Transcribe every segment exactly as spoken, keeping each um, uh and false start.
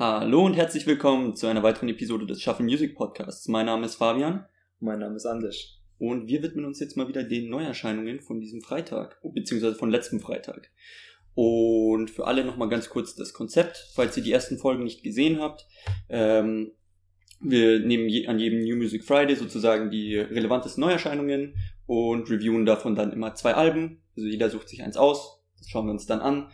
Hallo und herzlich willkommen zu einer weiteren Episode des Shuffle Music Podcasts. Mein Name ist Fabian. Mein Name ist Anders. Und wir widmen uns jetzt mal wieder den Neuerscheinungen von diesem Freitag, beziehungsweise von letztem Freitag. Und für alle nochmal ganz kurz das Konzept, falls ihr die ersten Folgen nicht gesehen habt. Ähm, wir nehmen je, an jedem New Music Friday sozusagen die relevantesten Neuerscheinungen und reviewen davon dann immer zwei Alben. Also jeder sucht sich eins aus, das schauen wir uns dann an.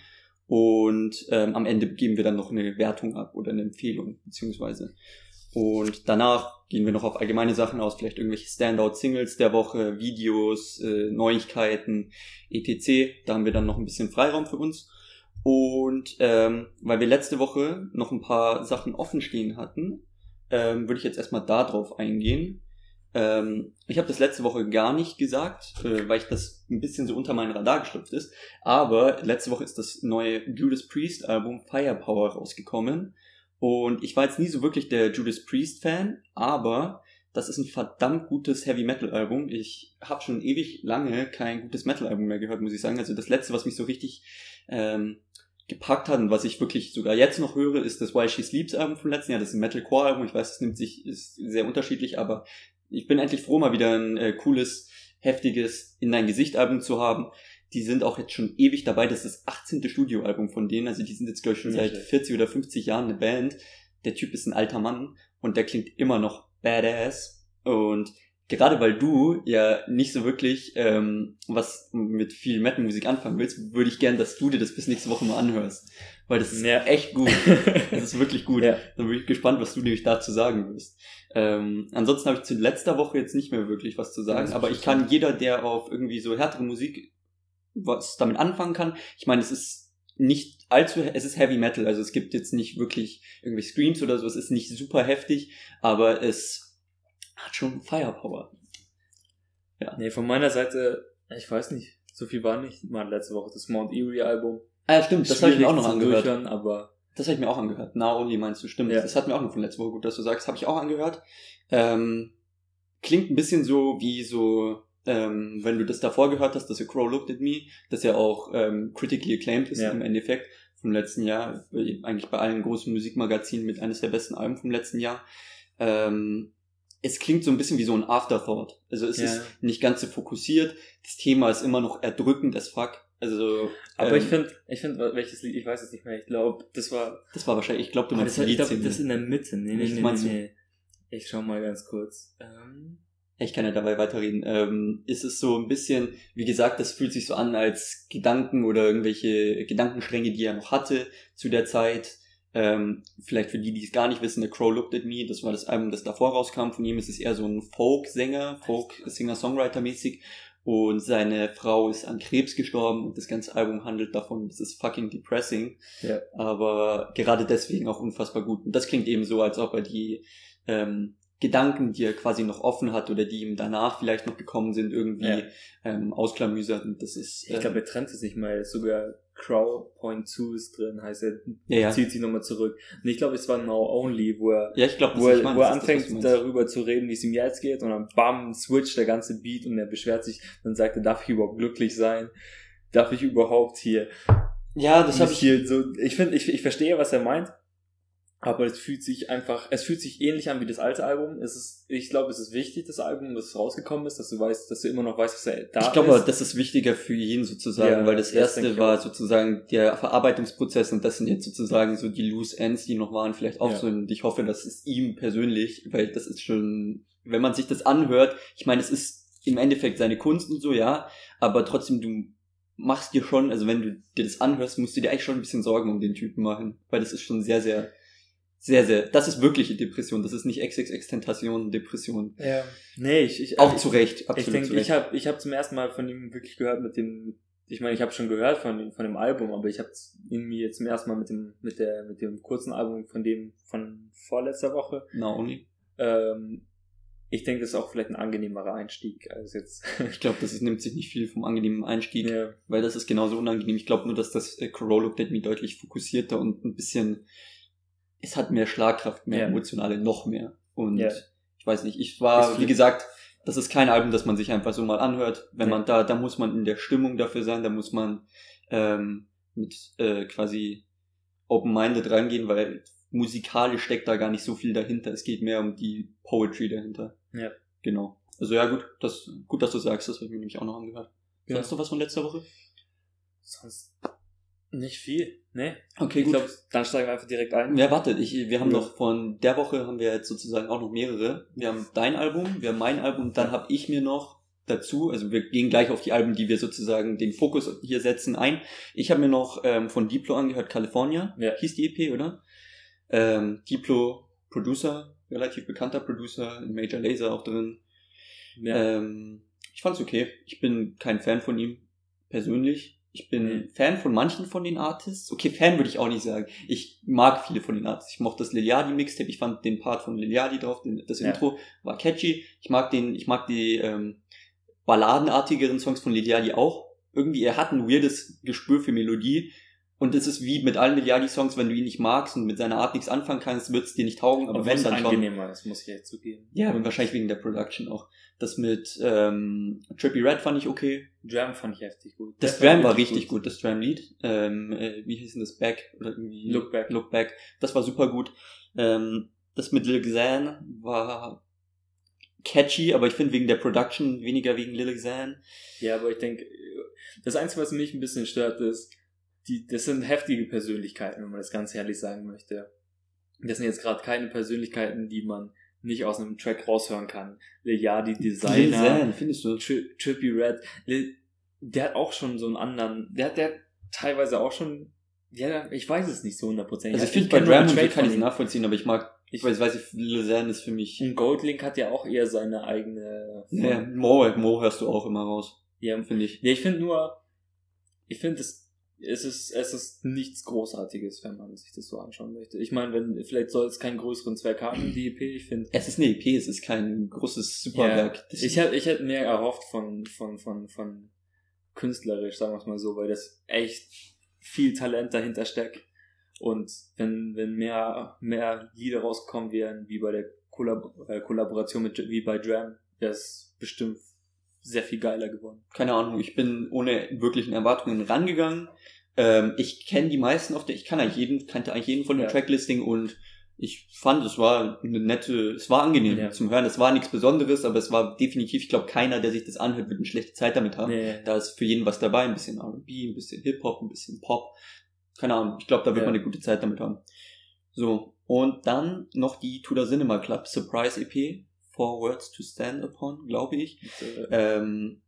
Und ähm, am Ende geben wir dann noch eine Wertung ab oder eine Empfehlung beziehungsweise. Und danach gehen wir noch auf allgemeine Sachen aus, vielleicht irgendwelche Standout-Singles der Woche, Videos, äh, Neuigkeiten, et cetera. Da haben wir dann noch ein bisschen Freiraum für uns. Und ähm, weil wir letzte Woche noch ein paar Sachen offen stehen hatten, ähm, würde ich jetzt erstmal da drauf eingehen. Ähm, ich habe das letzte Woche gar nicht gesagt, äh, weil ich das ein bisschen so unter meinen Radar geschlüpft ist. Aber letzte Woche ist das neue Judas Priest Album Firepower rausgekommen. Und ich war jetzt nie so wirklich der Judas Priest Fan, aber das ist ein verdammt gutes Heavy Metal Album. Ich habe schon ewig lange kein gutes Metal Album mehr gehört, muss ich sagen. Also das letzte, was mich so richtig ähm, gepackt hat und was ich wirklich sogar jetzt noch höre, ist das While She Sleeps Album vom letzten Jahr. Das ist ein Metalcore Album. Ich weiß, es nimmt sich, ist sehr unterschiedlich, aber ich bin endlich froh, mal wieder ein äh, cooles, heftiges In dein Gesicht Album zu haben. Die sind auch jetzt schon ewig dabei. Das ist das achtzehnte Studioalbum von denen. Also die sind jetzt, glaube ich, schon seit vierzig oder fünfzig Jahren eine Band. Der Typ ist ein alter Mann und der klingt immer noch badass. Und gerade weil du ja nicht so wirklich ähm, was mit viel Metal-Musik anfangen willst, würde ich gern, dass du dir das bis nächste Woche mal anhörst. Weil das ist ja echt gut. Das ist wirklich gut. Ja. Dann bin ich gespannt, was du nämlich dazu sagen wirst. Ähm, ansonsten habe ich zu letzter Woche jetzt nicht mehr wirklich was zu sagen. Aber ich kann jeder, der auf irgendwie so härtere Musik was damit anfangen kann. Ich meine, es ist nicht allzu, es ist Heavy Metal, also es gibt jetzt nicht wirklich irgendwelche Screams oder so, es ist nicht super heftig, aber es hat schon Firepower. Ja. Nee, von meiner Seite, ich weiß nicht, so viel war nicht mal letzte Woche, das Mount Eerie Album. Ah ja, stimmt, das habe ich mir auch noch angehört. Aber das habe ich mir auch angehört. Now Only meinst du, stimmt. Ja. Das hat mir auch noch von letzter Woche gut, dass du sagst, habe ich auch angehört. Ähm, klingt ein bisschen so wie so Ähm, wenn du das davor gehört hast, das A Crow Looked at Me, das ja auch ähm, critically acclaimed ist, ja, im Endeffekt vom letzten Jahr, eigentlich bei allen großen Musikmagazinen mit eines der besten Alben vom letzten Jahr. Ähm, es klingt so ein bisschen wie so ein Afterthought. Also es ja. ist nicht ganz so fokussiert, das Thema ist immer noch erdrückend as fuck. Also, aber ähm, ich finde, ich finde, welches Lied, ich weiß es nicht mehr, ich glaube, das war... Das war wahrscheinlich, ich glaube, du meinst das, ich glaube, das in der Mitte. Nee, nee, nee, nee, nee. Ich schau mal ganz kurz. Ähm... Ich kann ja dabei weiterreden. Ähm, ist es so ein bisschen, wie gesagt, das fühlt sich so an als Gedanken oder irgendwelche Gedankenstränge, die er noch hatte zu der Zeit. Ähm, vielleicht für die, die es gar nicht wissen, The Crow Looked at Me, das war das Album, das davor rauskam. Von ihm ist es eher so ein Folk-Sänger, Folk-Singer-Songwriter-mäßig. Und seine Frau ist an Krebs gestorben und das ganze Album handelt davon, das ist fucking depressing. Ja. Aber gerade deswegen auch unfassbar gut. Und das klingt eben so, als ob er die... Ähm, Gedanken, die er quasi noch offen hat oder die ihm danach vielleicht noch gekommen sind, irgendwie ja. ähm, ausklamüsert. Und das ist, äh, ich glaube, er trennte sich mal, sogar Crow Point zwei ist drin, heißt er, ja, ja. zieht sich nochmal zurück. Und ich glaube, es war Now Only, wo er, ja, ich glaub, wo er, wo er anfängt das, darüber zu reden, wie es ihm jetzt geht, und dann bam, switcht der ganze Beat und er beschwert sich, dann sagt er, darf ich überhaupt glücklich sein? Darf ich überhaupt hier? Ja, das habe ich hier so, ich finde, ich, ich verstehe, was er meint. Aber es fühlt sich einfach, es fühlt sich ähnlich an wie das alte Album. Es ist, ich glaube, es ist wichtig, das Album, dass es rausgekommen ist, dass du weißt, dass du immer noch weißt, dass er da ist. Ich glaube, das ist wichtiger für ihn sozusagen, ja, weil das, das erste war auch. sozusagen der Verarbeitungsprozess und das sind jetzt sozusagen so die Loose Ends, die noch waren, vielleicht auch ja. so. Und ich hoffe, das ist ihm persönlich, weil das ist schon, wenn man sich das anhört, ich meine, es ist im Endeffekt seine Kunst und so, ja, aber trotzdem, du machst dir schon, also wenn du dir das anhörst, musst du dir eigentlich schon ein bisschen Sorgen um den Typen machen, weil das ist schon sehr, sehr Sehr, sehr, das ist wirkliche Depression, das ist nicht XXX-Tentation, Depression. Ja, nee, ich... ich Auch ich, zu Recht, absolut Ich denke, zu Recht. ich habe ich hab zum ersten Mal von ihm wirklich gehört mit dem, ich meine, ich habe schon gehört von, von dem Album, aber ich habe irgendwie zum ersten Mal mit dem, mit der, mit dem kurzen Album von dem, von vorletzter Woche. Now Only. Ähm, ich denke, das ist auch vielleicht ein angenehmerer Einstieg als jetzt. Ich glaube, das ist, nimmt sich nicht viel vom angenehmen Einstieg, ja. weil das ist genauso unangenehm. Ich glaube nur, dass das äh, Crow Looked at Me deutlich fokussierter und ein bisschen... Es hat mehr Schlagkraft, mehr ja. emotionale, noch mehr. Und ja. ich weiß nicht, ich war, wie gesagt, das ist kein Album, das man sich einfach so mal anhört. Wenn ja. man da, da muss man in der Stimmung dafür sein, da muss man ähm, mit äh, quasi open-minded reingehen, weil musikalisch steckt da gar nicht so viel dahinter. Es geht mehr um die Poetry dahinter. Ja. Genau. Also ja, gut, das, gut, dass du sagst, das habe ich mir nämlich auch noch angehört. Ja. Sonst noch was von letzter Woche? Sonst nicht viel, ne? Okay, Ich gut. glaube, dann steigen wir einfach direkt ein. Ja, warte, ich, wir haben Ja. noch von der Woche haben wir jetzt sozusagen auch noch mehrere. Wir haben dein Album, wir haben mein Album, dann habe ich mir noch dazu, also wir gehen gleich auf die Alben, die wir sozusagen den Fokus hier setzen, ein. Ich habe mir noch ähm, von Diplo angehört, California, Ja. hieß die E P, oder? Ähm, Diplo, Producer, relativ bekannter Producer, in Major Lazer auch drin. Ja. Ähm, ich fand's okay. Ich bin kein Fan von ihm, persönlich. Ich bin Mhm. Fan von manchen von den Artists. Okay, Fan würde ich auch nicht sagen. Ich mag viele von den Artists. Ich mochte das Liliadi-Mixtape. Ich fand den Part von Liliadi drauf, den, das Ja. Intro war catchy. Ich mag den, ich mag die ähm, balladenartigeren Songs von Liliadi auch. Irgendwie, er hat ein weirdes Gespür für Melodie. Und es ist wie mit allen Liliadi-Songs, wenn du ihn nicht magst und mit seiner Art nichts anfangen kannst, wird es dir nicht taugen. Aber Obwohl wenn, es dann schon. angenehmer ist, muss ich echt zugeben. Ja, und wahrscheinlich wegen der Production auch. Das mit ähm, Trippie Red fand ich okay. Dram fand ich heftig gut. Das Der Dram war wirklich richtig gut, das Dram-Lied. Ähm, äh, wie hieß denn das? Back? Oder irgendwie Look Back. Look Back. Das war super gut. Ähm, das mit Lil Xan war catchy, aber ich finde wegen der Production weniger wegen Lil Xan. Ja, aber ich denke, das Einzige, was mich ein bisschen stört, ist, die, das sind heftige Persönlichkeiten, wenn man das ganz ehrlich sagen möchte. Das sind jetzt gerade keine Persönlichkeiten, die man nicht aus einem Track raushören kann. Lil Yachty, Lil Designer, Xan, findest du? Tri- Trippie Red, Lil, der hat auch schon so einen anderen, der hat der hat teilweise auch schon, ja, ich weiß es nicht so hundertprozentig. Also ich finde bei kenn nur Dram einen und so Track kann ich von es ihm. nachvollziehen, aber ich mag, ich weiß, weiß ich, Lil Xan ist für mich. Und Goldlink hat ja auch eher seine eigene. Ja, Mo, Mo hörst du auch immer raus, Ja, finde ich. ja, ich finde nur, ich finde es, es ist, es ist nichts Großartiges, wenn man sich das so anschauen möchte. Ich meine, wenn, vielleicht soll es keinen größeren Zweck haben, die E P, ich finde. Es ist eine E P, es ist kein großes Superwerk. Ja, Das- ich hätte, ich hätte mehr erhofft von, von, von, von künstlerisch, sagen wir es mal so, weil das echt viel Talent dahinter steckt. Und wenn, wenn mehr, mehr Lieder rausgekommen wären, wie bei der Kollab äh, Kollaboration mit, wie bei Dram, wäre es bestimmt sehr viel geiler geworden. keine Ahnung, ich bin ohne wirklichen Erwartungen rangegangen. Ähm, ich kenne die meisten auf der, ich kann eigentlich jeden, kannte eigentlich jeden von dem Ja. Tracklisting und ich fand, es war eine nette, es war angenehm Ja. zum Hören. Es war nichts Besonderes, aber es war definitiv, ich glaube, keiner, der sich das anhört, wird eine schlechte Zeit damit haben. Nee. Da ist für jeden was dabei, ein bisschen R und B, ein bisschen Hip-Hop, ein bisschen Pop. Keine Ahnung, ich glaube, da wird Ja. man eine gute Zeit damit haben. So, und dann noch die Tudor Cinema Club Surprise E P, Four Words to Stand Upon, glaube ich. Und, äh, Ähm,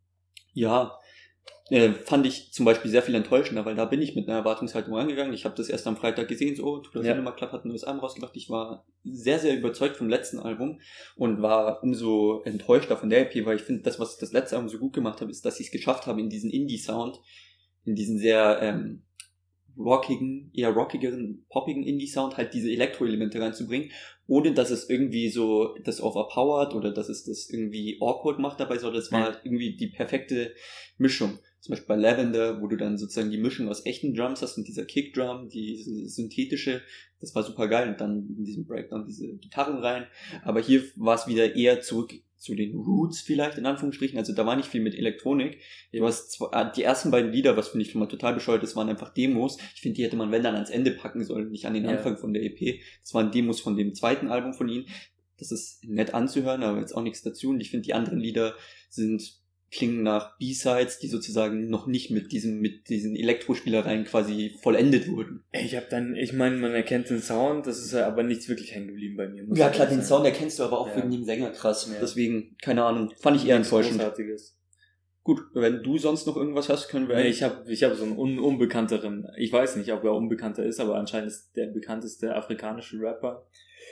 ja, äh, fand ich zum Beispiel sehr viel enttäuschender, weil da bin ich mit einer Erwartungshaltung rangegangen. Ich habe das erst am Freitag gesehen, so, Tudor Ja. Cinema Club hat ein neues Album rausgebracht. Ich war sehr, sehr überzeugt vom letzten Album und war umso enttäuschter von der E P, weil ich finde, das, was das letzte Album so gut gemacht hat, ist, dass sie es geschafft haben, in diesen Indie-Sound, in diesen sehr ähm, rockigen, eher rockigeren, poppigen Indie-Sound halt diese Elektro-Elemente reinzubringen, ohne dass es irgendwie so das overpowered oder dass es das irgendwie awkward macht dabei, sondern es war Ja. halt irgendwie die perfekte Mischung. Zum Beispiel bei Lavender, wo du dann sozusagen die Mischung aus echten Drums hast und dieser Kickdrum, die synthetische, das war super geil und dann in diesem Breakdown diese Gitarren rein. Aber hier war es wieder eher zurück zu den Roots vielleicht, in Anführungsstrichen. Also da war nicht viel mit Elektronik. Du hast zwar, die ersten beiden Lieder, was finde ich schon mal total bescheuert ist, waren einfach Demos. Ich finde, die hätte man, wenn, dann ans Ende packen sollen, nicht an den Ja. Anfang von der E P. Das waren Demos von dem zweiten Album von ihnen. Das ist nett anzuhören, aber jetzt auch nichts dazu. Und ich finde, die anderen Lieder sind, klingen nach B-Sides, die sozusagen noch nicht mit diesem, mit diesen Elektrospielereien quasi vollendet wurden. Ich habe dann, ich meine, man erkennt den Sound, das ist ja aber nichts wirklich hängen geblieben bei mir. muss Ja ich klar, ehrlich den sagen. Sound erkennst du aber auch Ja. wegen dem Sänger krass. Ja. Deswegen, keine Ahnung, fand ich eher Nichts enttäuschend. Großartiges. Gut, wenn du sonst noch irgendwas hast, können wir... Nee, ich habe ich hab so einen un unbekannteren, ich weiß nicht, ob er unbekannter ist, aber anscheinend ist der bekannteste afrikanische Rapper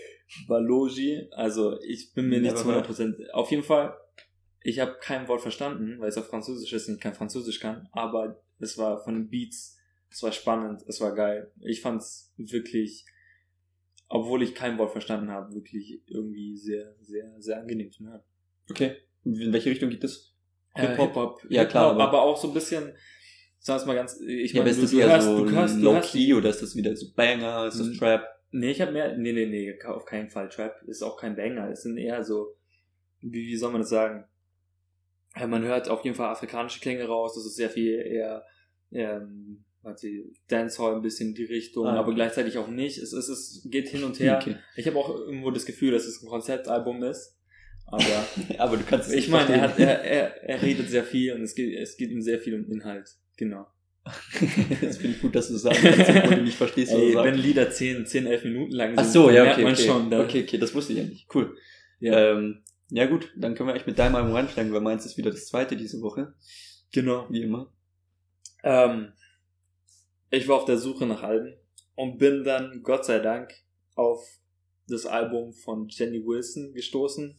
Balogi. Also ich bin mir nicht Never zu hundert Prozent... Auf jeden Fall, ich habe kein Wort verstanden, weil es auf Französisch ist und ich kein Französisch kann, aber es war von den Beats, es war spannend, es war geil. Ich fand's wirklich, obwohl ich kein Wort verstanden habe, wirklich irgendwie sehr, sehr, sehr angenehm zu hören. Okay, in welche Richtung geht es? Äh, Hip-Hop? Hip-Hop, Ja, Hip-Hop, klar, aber- aber auch so ein bisschen, sag's mal ganz, ich Ja, aber meine, ist du, das du eher hörst, so du hörst, du hörst low-key oder ist das wieder so Banger, ist das Mhm. Trap? Nee, ich habe mehr, nee, nee, nee, auf keinen Fall Trap, ist auch kein Banger, es sind eher so, wie, wie soll man das sagen? Ja, man hört auf jeden Fall afrikanische Klänge raus, das ist sehr viel eher, ähm, warte, Dancehall ein bisschen in die Richtung, ah, okay. aber gleichzeitig auch nicht. Es, es, es geht hin und her. Okay. Ich habe auch irgendwo das Gefühl, dass es ein Konzeptalbum ist. Aber, aber du kannst es ich nicht meine, er, verstehen. hat, er, er, er redet sehr viel und es geht, es geht ihm sehr viel um Inhalt. Genau. Das finde ich gut, dass du das sagst, obwohl du nicht verstehst, was Ey, du sagst. wenn Lieder zehn, elf Minuten lang sind, Ach so, dann ja, merkt okay, man okay. schon. Dann, okay, okay, das wusste ich ja nicht. Cool. Ja. Ähm, ja gut, dann können wir echt mit deinem Album reinsteigen, weil meins ist wieder das zweite diese Woche. Genau. Wie immer. Ähm, ich war auf der Suche nach Alben und bin dann, Gott sei Dank, auf das Album von Jenny Wilson gestoßen.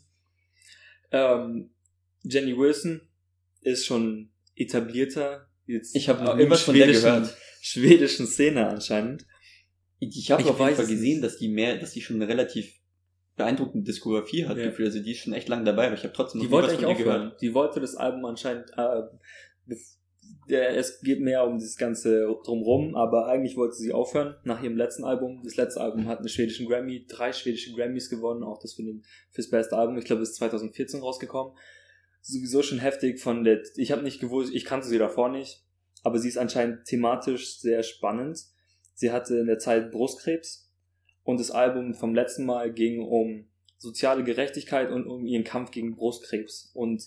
Ähm, Jenny Wilson ist schon etablierter. Jetzt Ich habe noch im nie was von der schwedischen- gehört. schwedischen Szene anscheinend. Ich habe Ich auf jeden weiß Fall es gesehen, nicht. dass die mehr, dass die schon eine relativ beeindruckende Diskografie hat. Ja. Gefühlt. Also die ist schon echt lang dabei, aber ich habe trotzdem noch Die nie wollte was eigentlich von ihr aufhören. gehört. Die wollte das Album anscheinend, äh, bef- der, es geht mehr um das Ganze drumrum, aber eigentlich wollte sie aufhören nach ihrem letzten Album. Das letzte Album hat einen schwedischen Grammy, drei schwedische Grammys gewonnen, auch das für den, fürs beste Album. Ich glaube, es ist zwanzig vierzehn rausgekommen. Sowieso schon heftig von der, ich habe nicht gewusst, ich kannte sie davor nicht, aber sie ist anscheinend thematisch sehr spannend. Sie hatte in der Zeit Brustkrebs und das Album vom letzten Mal ging um soziale Gerechtigkeit und um ihren Kampf gegen Brustkrebs. Und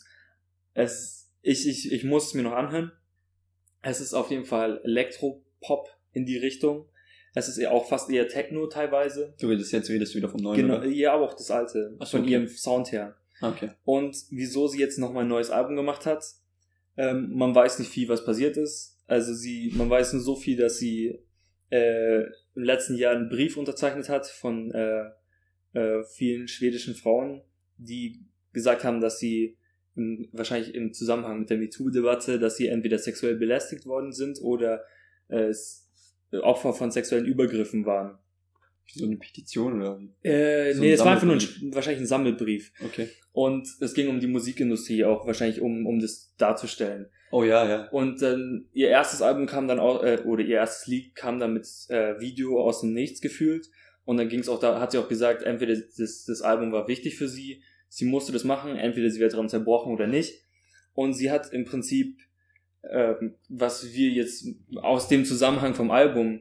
es, ich, ich, ich muss es mir noch anhören. Es ist auf jeden Fall Elektropop in die Richtung. Es ist eher auch fast eher Techno teilweise. Du redest jetzt redest du wieder vom neuen, Genau, oder? ja, aber auch das alte, Ach so, von okay. ihrem Sound her. Okay. Und wieso sie jetzt nochmal ein neues Album gemacht hat, ähm, man weiß nicht viel, was passiert ist. Also sie, man weiß nur so viel, dass sie äh, im letzten Jahr einen Brief unterzeichnet hat von äh, äh, vielen schwedischen Frauen, die gesagt haben, dass sie im, wahrscheinlich im Zusammenhang mit der MeToo-Debatte, dass sie entweder sexuell belästigt worden sind oder äh, s- Opfer von sexuellen Übergriffen waren. So eine Petition oder? Äh, So nee, ein es war einfach nur ein, Sammelbrief. wahrscheinlich ein Sammelbrief. Okay. Und es ging um die Musikindustrie auch, wahrscheinlich um, um das darzustellen. Oh ja, ja. Und dann, ihr erstes Album kam dann auch, äh, oder ihr erstes Lied kam dann mit äh, Video aus dem Nichts gefühlt. Und dann ging es auch, da hat sie auch gesagt, entweder das, das Album war wichtig für sie, sie musste das machen, entweder sie wird daran zerbrochen oder nicht. Und sie hat im Prinzip, ähm, was wir jetzt aus dem Zusammenhang vom Album,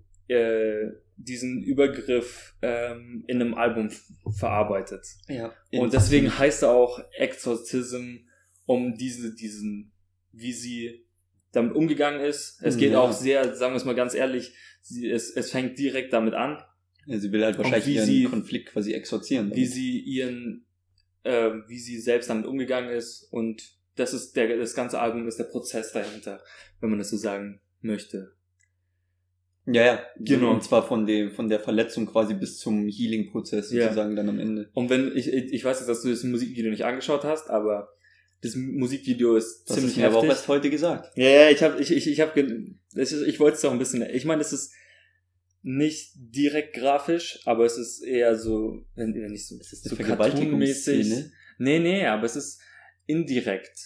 äh, diesen Übergriff ähm, in einem Album f- verarbeitet. Ja. Und deswegen heißt er auch Exorcism, um diese, diesen, wie sie damit umgegangen ist. Es geht Ja. auch sehr, sagen wir es mal ganz ehrlich, sie, es, es fängt direkt damit an, Ja, sie will halt wahrscheinlich wie ihren sie- Konflikt quasi exorzieren. wie sie ihren, äh, wie sie selbst damit umgegangen ist. Und das ist der, das ganze Album ist der Prozess dahinter, wenn man das so sagen möchte. Ja, ja. Genau. Und zwar von dem, von der Verletzung quasi bis zum Healing-Prozess Ja. sozusagen dann am Ende. Und wenn, ich, ich ich weiß jetzt, dass du das Musikvideo nicht angeschaut hast, aber das Musikvideo ist Das ziemlich hast du mir aber auch heftig. erst heute gesagt. Ja, ja, ich habe, ich, ich, ich habe, ich, ich wollte es auch ein bisschen, ich meine, es ist nicht direkt grafisch, aber es ist eher so, wenn, wenn nicht so, Das ist so eine Vergewaltigungsszene. cartoonmäßig. Nee, nee, aber es ist indirekt.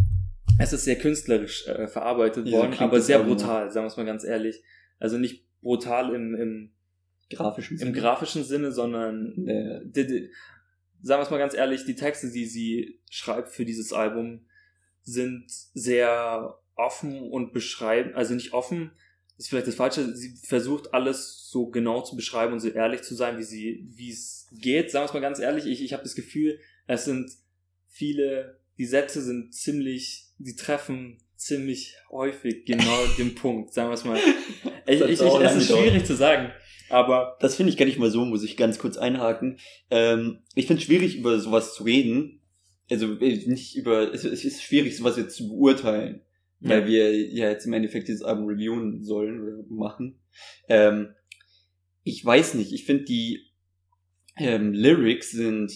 Es ist sehr künstlerisch äh, verarbeitet Ja, so worden, klingt aber das sehr auch immer. brutal, sagen wir es mal ganz ehrlich. Also nicht brutal im, im, Grafischen im grafischen Sinne, sondern Äh, die, die, sagen wir es mal ganz ehrlich, die Texte, die sie schreibt für dieses Album, sind sehr offen und beschreiben, also nicht offen, ist vielleicht das Falsche, sie versucht alles so genau zu beschreiben und so ehrlich zu sein, wie sie, wie es geht. Sagen wir es mal ganz ehrlich, ich, ich habe das Gefühl, es sind viele, die Sätze sind ziemlich, die treffen ziemlich häufig genau den Punkt, sagen wir es mal. Ich, hat ich, ich, auch es lange ist gedauert. schwierig zu sagen, aber Das finde ich gar nicht mal so, muss ich ganz kurz einhaken. Ähm, ich finde es schwierig, über sowas zu reden. Also äh, nicht über, es, es ist schwierig, sowas jetzt zu beurteilen. Weil Ja. wir ja jetzt im Endeffekt dieses Album reviewen sollen oder machen. Ähm, ich weiß nicht, ich finde die ähm, Lyrics sind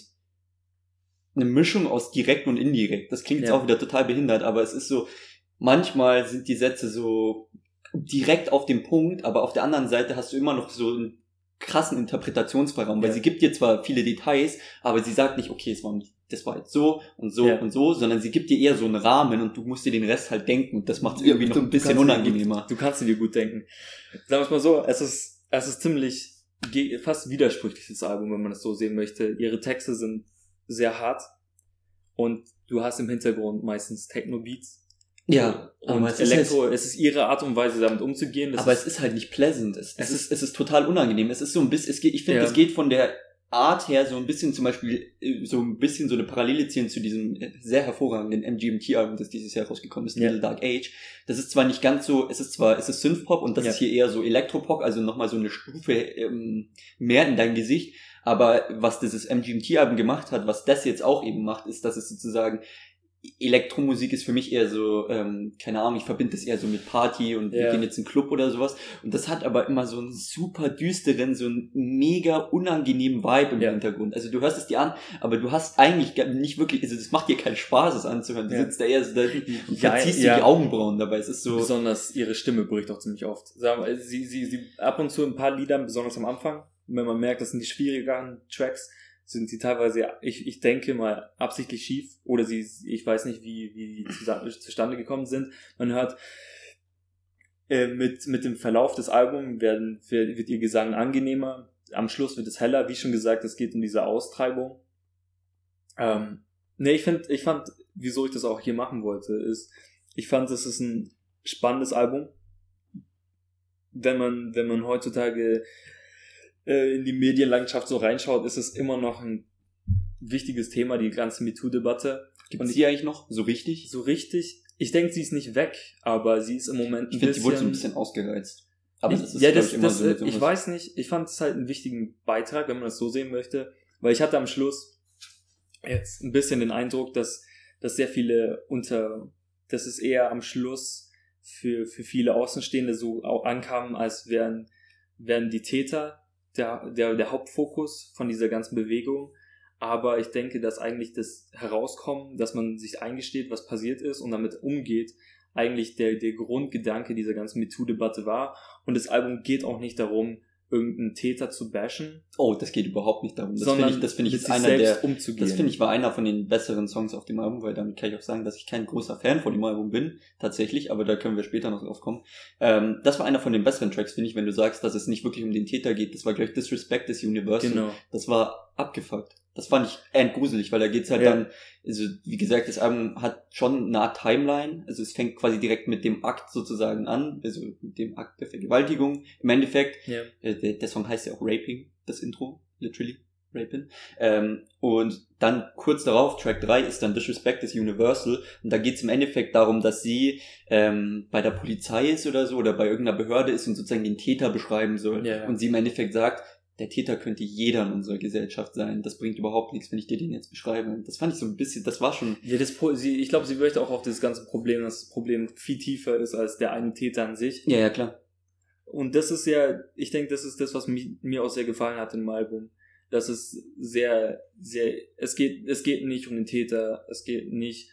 eine Mischung aus direkt und indirekt. Das klingt jetzt Ja. auch wieder total behindert, aber es ist so, manchmal sind die Sätze so direkt auf den Punkt, aber auf der anderen Seite hast du immer noch so einen krassen Interpretationsfreiraum, weil Ja. sie gibt dir zwar viele Details, aber sie sagt nicht, okay, es war, das war jetzt so und so Ja. und so, sondern sie gibt dir eher so einen Rahmen und du musst dir den Rest halt denken und das macht es Ja, irgendwie noch du- ein du bisschen kannst dir unangenehmer. Gut, du kannst dir gut denken. Sagen wir es mal so, es ist, es ist ziemlich, ge- fast widersprüchliches Album, wenn man es so sehen möchte. Ihre Texte sind sehr hart und du hast im Hintergrund meistens Techno-Beats Ja, und aber es Elektro, ist halt, es ist ihre Art und Weise, damit umzugehen. Das aber ist, es ist halt nicht pleasant. Es, es, Es ist, es ist total unangenehm. Es ist so ein bisschen, es geht, ich finde, Ja. es geht von der Art her so ein bisschen zum Beispiel, äh, so ein bisschen so eine Parallele ziehen zu diesem äh, sehr hervorragenden M G M T-Album, das dieses Jahr rausgekommen ist, Ja. Little Dark Age. Das ist zwar nicht ganz so, es ist zwar, es ist Synthpop und das Ja. ist hier eher so Elektropop, also nochmal so eine Stufe ähm, mehr in dein Gesicht. Aber was dieses M G M T-Album gemacht hat, was das jetzt auch eben macht, ist, dass es sozusagen Elektromusik ist für mich eher so, ähm, keine Ahnung, ich verbinde das eher so mit Party und wir Ja. gehen jetzt in den Club oder sowas. Und das hat aber immer so einen super düsteren, so einen mega unangenehmen Vibe im Ja. Hintergrund. Also du hörst es dir an, aber du hast eigentlich gar nicht wirklich, also das macht dir keinen Spaß, es anzuhören. Du Ja. sitzt da eher so da und Ja, verziehst ja. dir die Augenbrauen dabei. Es ist so, besonders ihre Stimme bricht auch ziemlich oft. Sagen wir, sie, sie, sie, ab und zu ein paar Liedern, besonders am Anfang, wenn man merkt, das sind die schwierigeren Tracks, sind sie teilweise, ich, ich denke mal, absichtlich schief, oder sie, ich weiß nicht, wie, wie die zusammen, zustande gekommen sind. Man hört, äh, mit, mit dem Verlauf des Albums werden, wird ihr Gesang angenehmer, am Schluss wird es heller, wie schon gesagt, es geht um diese Austreibung. Ähm, ne, ich finde, ich fand, wieso ich das auch hier machen wollte, ist, ich fand, es ist ein spannendes Album, wenn man, wenn man heutzutage in die Medienlandschaft so reinschaut, ist es immer noch ein wichtiges Thema, die ganze MeToo-Debatte. gibt Und es die eigentlich noch so richtig? so richtig, ich denke, sie ist nicht weg, aber sie ist im Moment ein Ich finde, die bisschen... wurde so ein bisschen ausgereizt. Aber ich, das ist, ja, glaub das, ich, immer das, so mit ich sowas. weiß nicht, ich fand es halt einen wichtigen Beitrag, wenn man das so sehen möchte, weil ich hatte am Schluss jetzt ein bisschen den Eindruck, dass, dass sehr viele unter, dass es eher am Schluss für, für viele Außenstehende so auch ankam, als wären, wären die Täter der, der, der Hauptfokus von dieser ganzen Bewegung. Aber ich denke, dass eigentlich das Herauskommen, dass man sich eingesteht, was passiert ist und damit umgeht, eigentlich der, der Grundgedanke dieser ganzen MeToo-Debatte war. Und das Album geht auch nicht darum, irgendeinen Täter zu bashen. Oh, das geht überhaupt nicht darum. Das sondern finde ich, das finde ich mit ist sich einer selbst der, umzugehen. das finde ich war einer von den besseren Songs auf dem Album, weil damit kann ich auch sagen, dass ich kein großer Fan von dem Album bin, tatsächlich, aber da können wir später noch drauf kommen. Ähm, das war einer von den besseren Tracks, finde ich, wenn du sagst, dass es nicht wirklich um den Täter geht. Das war gleich Disrespect is Universal. Genau. Das war abgefuckt. Das fand ich endgruselig, weil da geht's halt Ja. dann, also wie gesagt, das Album hat schon eine Art Timeline, also es fängt quasi direkt mit dem Akt sozusagen an, also mit dem Akt der Vergewaltigung. Im Endeffekt, Ja. äh, der, der Song heißt ja auch Raping, das Intro, literally, Raping. Ähm, und dann kurz darauf, Track drei ist dann Disrespect is Universal, und da geht's im Endeffekt darum, dass sie ähm, bei der Polizei ist oder so, oder bei irgendeiner Behörde ist und sozusagen den Täter beschreiben soll. Ja. Und sie im Endeffekt sagt, der Täter könnte jeder in unserer Gesellschaft sein. Das bringt überhaupt nichts, wenn ich dir den jetzt beschreibe. Das fand ich so ein bisschen, das war schon... Ja, das, Pro- sie, ich glaube, sie möchte auch auf das ganze Problem, dass das Problem viel tiefer ist als der eine Täter an sich. Ja, ja, klar. Und das ist ja, ich denke, das ist das, was mi, mir auch sehr gefallen hat im Album. Das ist sehr, sehr, es geht, es geht nicht um den Täter, es geht nicht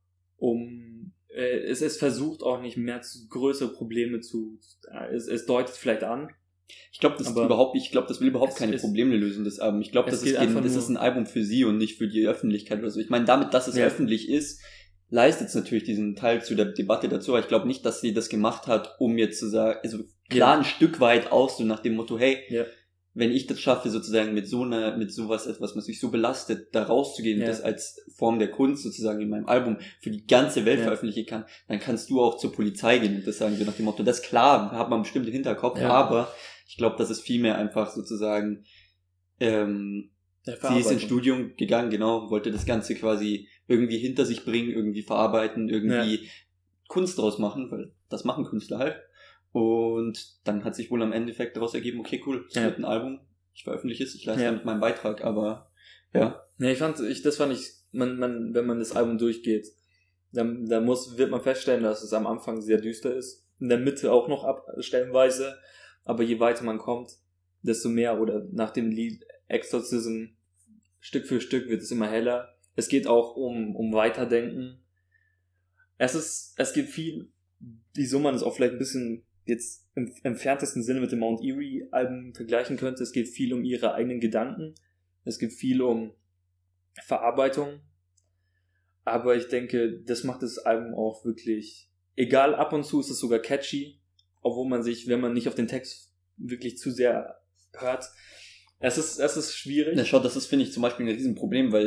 um, äh, es, es versucht auch nicht mehr zu, größere Probleme zu, es, es deutet vielleicht an. Ich glaube, das ist Aber überhaupt, ich glaube, das will überhaupt es keine ist- Probleme lösen, das Album. Ich glaube, es das, geht ist, einfach das nur- ist ein Album für sie und nicht für die Öffentlichkeit oder so. Ich meine, damit, dass es Ja. öffentlich ist, leistet es natürlich diesen Teil zu der Debatte dazu, aber ich glaube nicht, dass sie das gemacht hat, um jetzt zu sagen, also klar Ja. ein Stück weit auch so nach dem Motto, hey, Ja. wenn ich das schaffe, sozusagen mit so einer, mit sowas etwas, was mich so belastet, da rauszugehen Ja. und das als Form der Kunst sozusagen in meinem Album für die ganze Welt Ja. veröffentlichen kann, dann kannst du auch zur Polizei gehen und das sagen, so nach dem Motto, das ist klar, hat man bestimmt im Hinterkopf, Ja. aber ich glaube, das ist vielmehr einfach sozusagen, ähm, Der sie ist ins Verarbeitung. Studium gegangen, genau, wollte das Ganze quasi irgendwie hinter sich bringen, irgendwie verarbeiten, irgendwie Kunst draus machen, weil das machen Künstler halt. Und dann hat sich wohl am Endeffekt daraus ergeben, okay, cool, es Ja. wird ein Album, ich veröffentliche es, ich leiste Ja. damit meinen Beitrag, aber ja. Ja, ich fand, ich, das fand ich, man, man, wenn man das Album durchgeht, dann, dann muss, wird man feststellen, dass es am Anfang sehr düster ist, in der Mitte auch noch ab, stellenweise, aber je weiter man kommt, desto mehr, oder nach dem Lied Exorcism, Stück für Stück wird es immer heller. Es geht auch um, um Weiterdenken. Es ist, es gibt viel, wieso man es auch vielleicht ein bisschen jetzt im entferntesten Sinne mit dem Mount Erie Album vergleichen könnte. Es geht viel um ihre eigenen Gedanken. Es geht viel um Verarbeitung. Aber ich denke, das macht das Album auch wirklich, egal, ab und zu ist es sogar catchy, obwohl man sich, wenn man nicht auf den Text wirklich zu sehr hört, es ist, es ist schwierig. Na schau, das ist, finde ich, zum Beispiel ein Riesenproblem, weil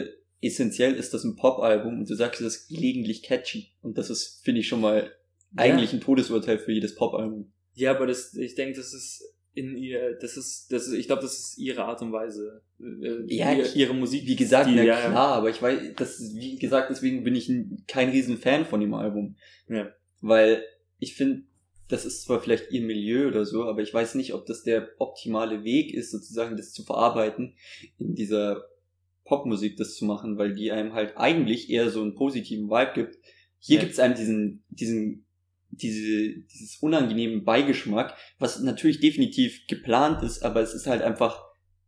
essentiell ist das ein Pop-Album und du sagst, es ist gelegentlich catchy. Und das ist, finde ich, schon mal eigentlich ja. ein Todesurteil für jedes Pop-Album. Ja, aber das, ich denke, das ist in ihr, das ist, das ist, ich glaube, das ist ihre Art und Weise, äh, ja, ihre, ihre Musik. Wie gesagt, die, na ja, klar, ja. aber ich weiß, das ist, wie gesagt, deswegen bin ich ein, kein riesen Fan von dem Album. Ja. Weil ich finde, das ist zwar vielleicht ihr Milieu oder so, aber ich weiß nicht, ob das der optimale Weg ist, sozusagen das zu verarbeiten, in dieser Popmusik das zu machen, weil die einem halt eigentlich eher so einen positiven Vibe gibt. Hier ja. gibt es einem diesen, diesen, diese, dieses unangenehmen Beigeschmack, was natürlich definitiv geplant ist, aber es ist halt einfach,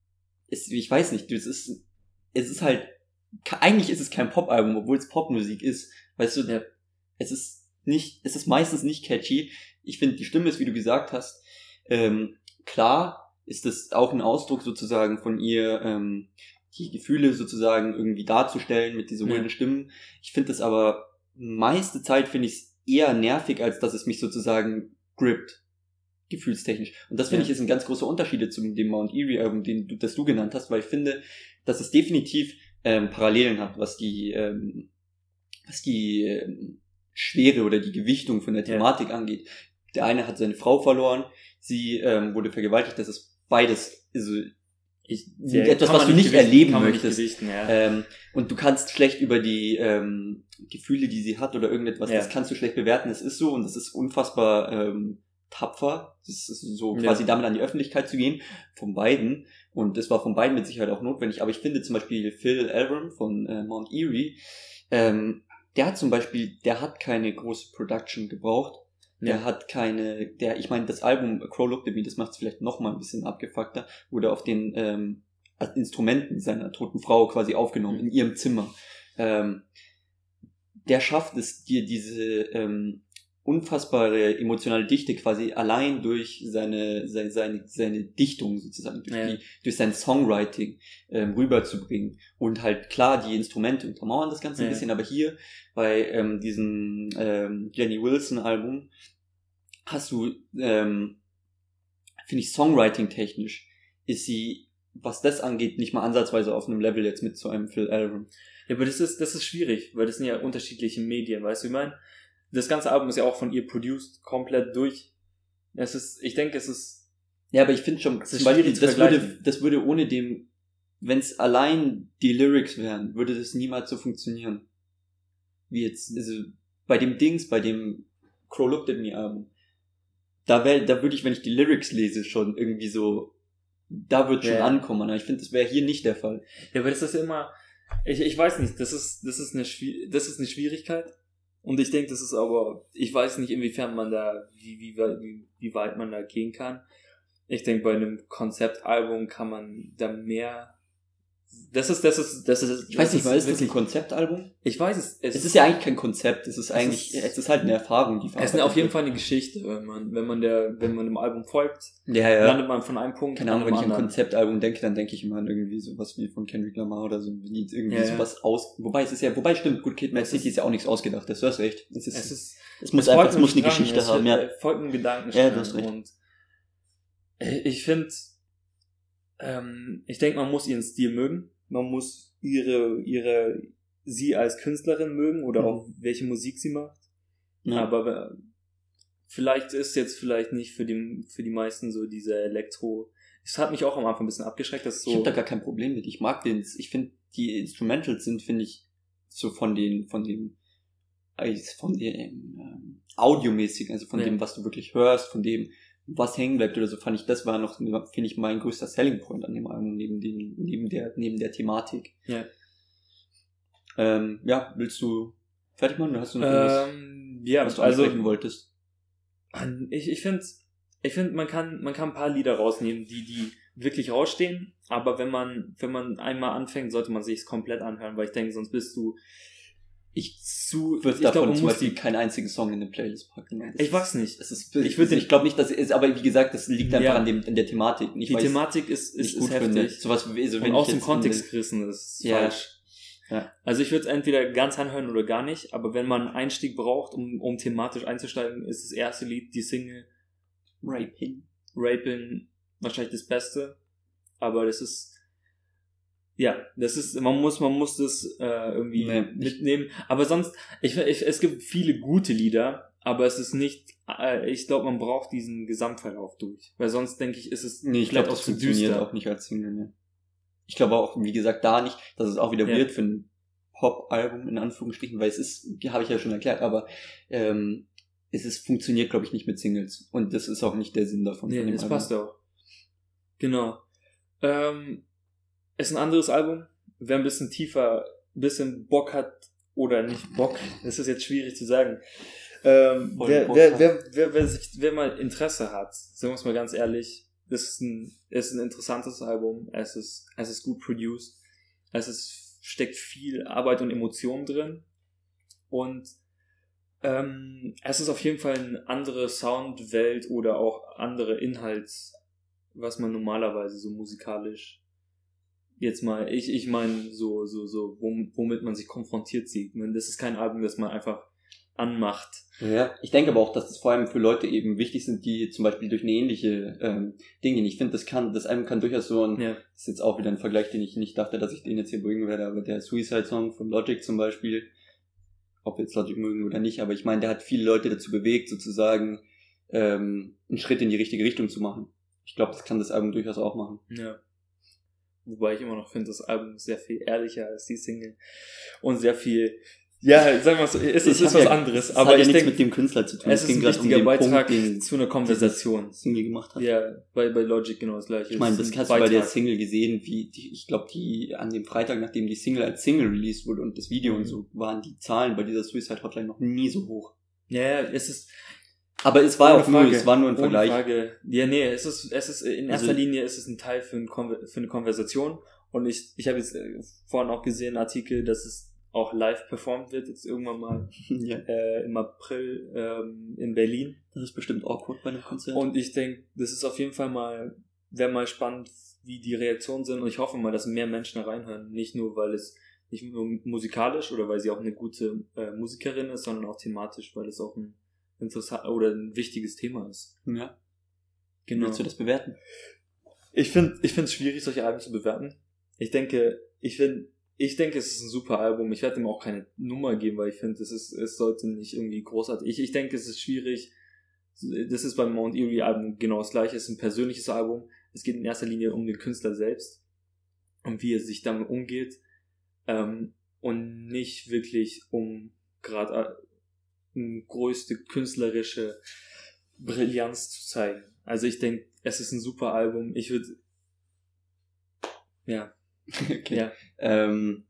es, ich weiß nicht, es ist, es ist halt, eigentlich ist es kein Popalbum, obwohl es Popmusik ist, weißt du, ja. es ist nicht, es ist meistens nicht catchy. Ich finde, die Stimme ist, wie du gesagt hast, ähm, klar ist das auch ein Ausdruck sozusagen von ihr, ähm, die Gefühle sozusagen irgendwie darzustellen mit diesen ruhigen ja. Stimmen. Ich finde das aber meiste Zeit finde ich es eher nervig, als dass es mich sozusagen grippt, gefühlstechnisch. Und das finde ja. ich ist ein ganz großer Unterschied zu dem Mount Eerie Album, den du, das du genannt hast, weil ich finde, dass es definitiv ähm, Parallelen hat, was die, ähm, was die ähm, Schwere oder die Gewichtung von der Thematik ja. angeht. Der eine hat seine Frau verloren, sie ähm, wurde vergewaltigt, das ist beides, also ich, ja, etwas, was du nicht gewichten, erleben möchtest. Gewichten, ja. ähm, und du kannst schlecht über die ähm, Gefühle, die sie hat oder irgendetwas, ja. das kannst du schlecht bewerten. Es ist so und es ist unfassbar ähm, tapfer. Das ist so quasi ja. damit an die Öffentlichkeit zu gehen, von beiden. Und das war von beiden mit Sicherheit auch notwendig. Aber ich finde zum Beispiel Phil Elverum von äh, Mount Eerie, ähm, der hat zum Beispiel, der hat keine große Production gebraucht. Der ja. hat keine, der, ich meine, das Album A Crow Looked at Me, das macht es vielleicht noch mal ein bisschen abgefuckter, wurde auf den ähm, Instrumenten seiner toten Frau quasi aufgenommen, mhm. in ihrem Zimmer. Ähm, der schafft es, dir diese ähm, unfassbare emotionale Dichte quasi allein durch seine seine seine, seine Dichtung sozusagen, durch, ja. die, durch sein Songwriting ähm, rüberzubringen. Und halt klar, die Instrumente untermauern das Ganze ein ja. bisschen, aber hier bei ähm, diesem ähm, Jenny Wilson Album hast du, ähm, finde ich, Songwriting-technisch ist sie, was das angeht, nicht mal ansatzweise auf einem Level jetzt mit so einem Phil Elverum. Ja, aber das ist, das ist schwierig, weil das sind ja unterschiedliche Medien, weißt du, ich meine, das ganze Album ist ja auch von ihr produced, komplett durch. Es ist, ich denke, es ist... Ja, aber ich finde schon, zum Beispiel, das würde, das würde ohne dem, wenn es allein die Lyrics wären, würde das niemals so funktionieren. Wie jetzt, also bei dem Dings, bei dem Crow Looked at Me Album, da wäre, da würde ich, wenn ich die Lyrics lese, schon irgendwie so, da wird schon ja. ankommen. Aber ich finde, das wäre hier nicht der Fall. Ja, aber das ist immer, ich, ich weiß nicht, das ist, das ist eine, das ist eine Schwierigkeit. Und ich denke, das ist aber, ich weiß nicht, inwiefern man da, wie, wie, wie, wie weit man da gehen kann. Ich denke, bei einem Konzeptalbum kann man da mehr, das ist, das ist, das ist, ich weiß nicht, war ist das ein Konzeptalbum? Ich weiß es. Es, es ist ja eigentlich kein Konzept, es ist es eigentlich, ist, es ist halt eine Erfahrung, die es ist auf jeden Fall eine Geschichte, wenn man, wenn man der, wenn man dem Album folgt, ja, ja. landet man von einem Punkt. Keine Ahnung, wenn ich an ein Konzeptalbum denke, dann denke ich immer an irgendwie sowas wie von Kendrick Lamar oder so, wie irgendwie ja, sowas ja. aus, wobei es ist ja, wobei stimmt, gut, Kid Mad City ist ja auch nichts ausgedacht, das hast recht. Es ist, es ist, es muss einfach, es muss eine Strang, Geschichte es haben, ja. Folgt einem Gedanken. Ja, das ist recht. Und ich finde, ähm, ich denke, man muss ihren Stil mögen. Man muss ihre, ihre, sie als Künstlerin mögen oder mhm. auch welche Musik sie macht. Ja. Aber vielleicht ist jetzt vielleicht nicht für die, für die meisten so diese Elektro. Es hat mich auch am Anfang ein bisschen abgeschreckt, dass so. Ich habe da gar kein Problem mit. Ich mag den. Ich finde, die Instrumentals sind, finde ich, so von den, von dem, von dem ähm, audiomäßig, also von ja. dem, was du wirklich hörst, von dem, was hängen bleibt oder so, fand ich, das war noch, finde ich, mein größter Selling Point an dem Album, neben den, neben der, neben der Thematik. Ja. Ähm, ja, willst du fertig machen oder hast du noch irgendwas, ähm, ja, was du also, ansprechen wolltest? Ich, ich finde, ich finde, man kann, man kann ein paar Lieder rausnehmen, die, die wirklich rausstehen, aber wenn man, wenn man einmal anfängt, sollte man sich's komplett anhören, weil ich denke, sonst bist du, Ich zu, würde davon glaub, zum Beispiel die, keinen einzigen Song in eine Playlist packen. Das ich weiß nicht. Es ist, ich würde, ich glaube nicht, dass es, aber wie gesagt, das liegt einfach ja. an dem, an der Thematik. Nicht, die Thematik ist, ist, ist heftig. Sowas, also wenn und aus dem Kontext gerissen ist ja. falsch. Ja. Also ich würde es entweder ganz anhören oder gar nicht, aber wenn man einen Einstieg braucht, um, um thematisch einzusteigen, ist das erste Lied, die Single Raping. Raping wahrscheinlich das Beste, aber das ist Ja, das ist, man muss, man muss das äh, irgendwie Nee, mitnehmen. Aber sonst, ich, ich, es gibt viele gute Lieder, aber es ist nicht, äh, ich glaube, man braucht diesen Gesamtverlauf durch. Weil sonst, denke ich, ist es Nee, ich vielleicht glaube, auch das zu funktioniert düster. auch nicht als Single, ne. Ich glaube auch, wie gesagt, da nicht, dass es auch wieder Ja. wird für ein Pop-Album, in Anführungsstrichen, weil es ist, habe ich ja schon erklärt, aber ähm, es ist, funktioniert, glaube ich, nicht mit Singles. Und das ist auch nicht der Sinn davon. Nee, von dem das Album. passt auch. Genau. Ähm, ist ein anderes Album. Wer ein bisschen tiefer, ein bisschen Bock hat oder nicht Bock, das ist jetzt schwierig zu sagen. Ähm, Voll wer, Bock wer, hat. wer, wer, wer, sich, wer mal Interesse hat, sagen wir es mal ganz ehrlich, das ist ein, ist ein interessantes Album. Es ist, es ist gut produced. Es ist, steckt viel Arbeit und Emotion drin. Und ähm, es ist auf jeden Fall eine andere Soundwelt oder auch andere Inhalts, was man normalerweise so musikalisch jetzt mal, ich, ich meine, so, so, so, womit man sich konfrontiert sieht. Das ist kein Album, das man einfach anmacht. Ja, ich denke aber auch, dass es vor allem für Leute eben wichtig sind, die zum Beispiel durch eine ähnliche ähm, Dinge gehen. Ich finde, das kann, das Album kann durchaus so ein, Ja. das ist jetzt auch wieder ein Vergleich, den ich nicht dachte, dass ich den jetzt hier bringen werde, aber der Suicide Song von Logic zum Beispiel, ob wir jetzt Logic mögen oder nicht, aber ich meine, der hat viele Leute dazu bewegt, sozusagen ähm, einen Schritt in die richtige Richtung zu machen. Ich glaube, das kann das Album durchaus auch machen. Ja. Wobei ich immer noch finde, das Album ist sehr viel ehrlicher als die Single. Und sehr viel, ja, sagen wir mal so, es ist, ist was ja, anderes. Es aber hat ja ich nichts denke, mit dem Künstler zu tun. es ist ein grad wichtiger den Beitrag Punkt, den zu einer Konversation. dieses Single gemacht hat. Ja, bei, bei Logic genau das gleiche. Ich meine, Es das ist ein hast du bei der Beitrag. Single gesehen, wie die, ich glaube, die an dem Freitag, nachdem die Single als Single released wurde und das Video Mhm. und so, waren die Zahlen bei dieser Suicide Hotline noch nie so hoch. Ja, ja, es ist, Aber es war ohne auch nur, Frage, es war nur ein ohne Vergleich. Frage. Ja, nee, es ist, es ist, in erster Also- Linie ist es ein Teil für, ein Konver- für eine Konversation. Und ich, ich habe jetzt äh, vorhin auch gesehen, einen Artikel, dass es auch live performt wird, jetzt irgendwann mal Ja, äh, im April ähm, in Berlin. das ist bestimmt awkward bei einem Konzert. Und ich denke, das ist auf jeden Fall mal, wäre mal spannend, wie die Reaktionen sind. Und ich hoffe mal, dass mehr Menschen da reinhören. Nicht nur, weil es nicht nur musikalisch oder weil sie auch eine gute äh, Musikerin ist, sondern auch thematisch, weil es auch ein interessant oder ein wichtiges Thema ist. ja. Genau. Willst du das bewerten? Ich finde, ich finde es schwierig, solche Alben zu bewerten. Ich denke, ich finde, ich denke, es ist ein super Album. Ich werde ihm auch keine Nummer geben, weil ich finde, es ist, es sollte nicht irgendwie großartig. Ich, ich denke, es ist schwierig. Das ist beim Mount Eerie Album genau das gleiche. Es ist ein persönliches Album. Es geht in erster Linie um den Künstler selbst und wie er sich damit umgeht, ähm, und nicht wirklich um gerade eine größte künstlerische Brillanz zu zeigen. Also ich denke, es ist ein super Album. Ich würde, ja. Okay. Ja. Ähm,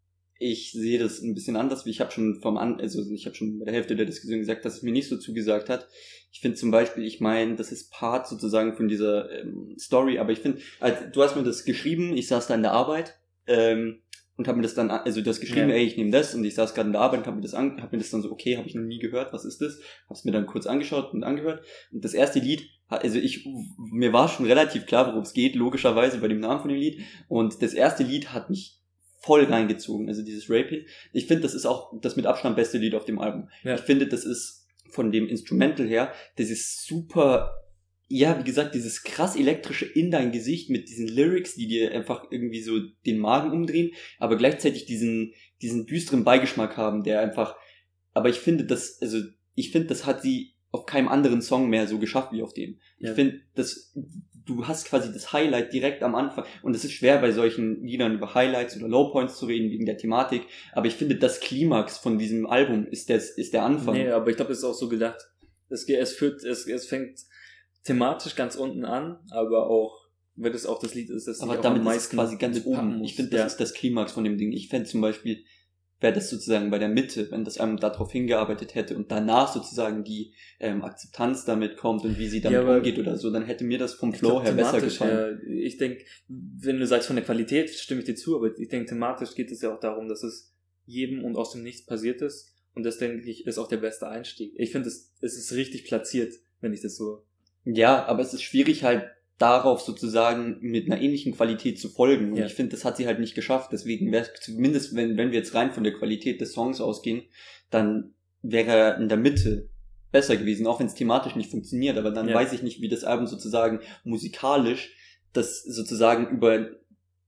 ich sehe das ein bisschen anders, wie ich habe schon vom An, also ich habe schon bei der Hälfte der Diskussion gesagt, dass es mir nicht so zugesagt hat. Ich finde zum Beispiel, ich meine, das ist Part sozusagen von dieser ähm, Story, aber ich finde, also, du hast mir das geschrieben, ich saß da in der Arbeit ähm, und habe mir das dann, also du hast geschrieben, Ja. ey, ich nehme das und ich saß gerade in der Arbeit und habe mir das an, habe mir das dann so, okay, habe ich noch nie gehört, was ist das? Habe es mir dann kurz angeschaut und angehört und das erste Lied, also ich, mir war schon relativ klar, worum es geht, logischerweise bei dem Namen von dem Lied und das erste Lied hat mich voll reingezogen, also dieses Raping. Ich finde, das ist auch das mit Abstand beste Lied auf dem Album. Ja. Ich finde, das ist von dem Instrumental her, das ist super, ja, wie gesagt, dieses krass elektrische in dein Gesicht mit diesen Lyrics, die dir einfach irgendwie so den Magen umdrehen, aber gleichzeitig diesen, diesen düsteren Beigeschmack haben, der einfach, aber ich finde, das, also, ich finde, das hat sie auf keinem anderen Song mehr so geschafft wie auf dem. Ja. Ich finde, das, du hast quasi das Highlight direkt am Anfang und es ist schwer bei solchen Liedern über Highlights oder Lowpoints zu reden wegen der Thematik, aber ich finde, das Klimax von diesem Album ist der, ist der Anfang. Nee, aber ich glaube, es ist auch so gedacht. Es, geht- es führt, es, es fängt thematisch ganz unten an, aber auch, wenn es auch das Lied ist, das Aber sich auch damit am ist es meisten quasi ganz mitpacken oben. muss. Ich finde, das ja. ist das Klimax von dem Ding. Ich fände zum Beispiel, wäre das sozusagen bei der Mitte, wenn das einem darauf hingearbeitet hätte und danach sozusagen die ähm, Akzeptanz damit kommt und wie sie damit Ja, aber umgeht oder so, dann hätte mir das vom Ich Flow glaub, her besser thematisch gefallen. her, ich denke, wenn du sagst von der Qualität, stimme ich dir zu, aber ich denke, thematisch geht es ja auch darum, dass es jedem und aus dem Nichts passiert ist. Und das, denke ich, ist auch der beste Einstieg. Ich finde, es, es ist richtig platziert, wenn ich das so... Ja, aber es ist schwierig halt darauf sozusagen mit einer ähnlichen Qualität zu folgen. Und Ja. ich finde, das hat sie halt nicht geschafft. Deswegen wäre zumindest, wenn, wenn wir jetzt rein von der Qualität des Songs ausgehen, dann wäre er in der Mitte besser gewesen, auch wenn es thematisch nicht funktioniert. Aber dann Ja. weiß ich nicht, wie das Album sozusagen musikalisch das sozusagen über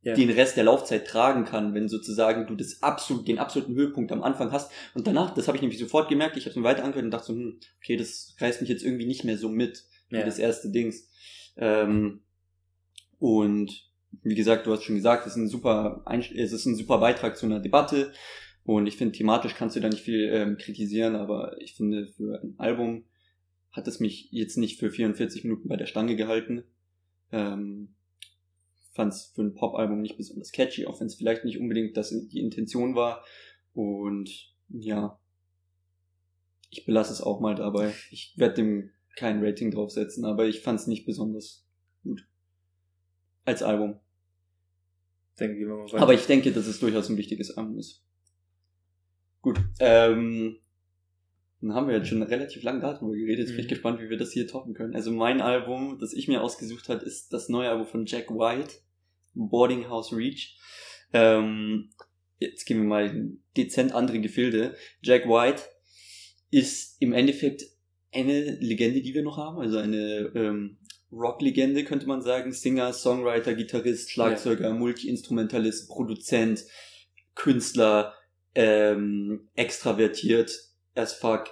ja. den Rest der Laufzeit tragen kann, wenn sozusagen du das absolut, den absoluten Höhepunkt am Anfang hast. Und danach, das habe ich nämlich sofort gemerkt, ich habe es mir weiter angehört und dachte so, hm, okay, das reißt mich jetzt irgendwie nicht mehr so mit, wie ja. das erste Dings. Ähm, und wie gesagt, du hast schon gesagt, es ist ein super, Einst- es ist ein super Beitrag zu einer Debatte. Und ich finde, thematisch kannst du da nicht viel ähm, kritisieren, aber ich finde, für ein Album hat es mich jetzt nicht für vierundvierzig Minuten bei der Stange gehalten. Ähm, fand es für ein Pop-Album nicht besonders catchy, auch wenn es vielleicht nicht unbedingt das die Intention war. Und ja, ich belasse es auch mal dabei. Ich werde dem kein Rating draufsetzen, aber ich fand es nicht besonders gut. Als Album. Denke, gehen wir mal weiter. Aber ich denke, dass es durchaus ein wichtiges Album ist. Gut, ähm, dann haben wir jetzt schon relativ lange darüber geredet. Jetzt bin ich gespannt, wie wir das hier toppen können. Also mein Album, das ich mir ausgesucht habe, ist das neue Album von Jack White, Boarding House Reach. Ähm, jetzt gehen wir mal in dezent andere Gefilde. Jack White ist im Endeffekt eine Legende, die wir noch haben. Also eine ähm, Rock-Legende, könnte man sagen. Singer, Songwriter, Gitarrist, Schlagzeuger, ja. Multi-Instrumentalist, Produzent, Künstler, ähm, extravertiert as fuck,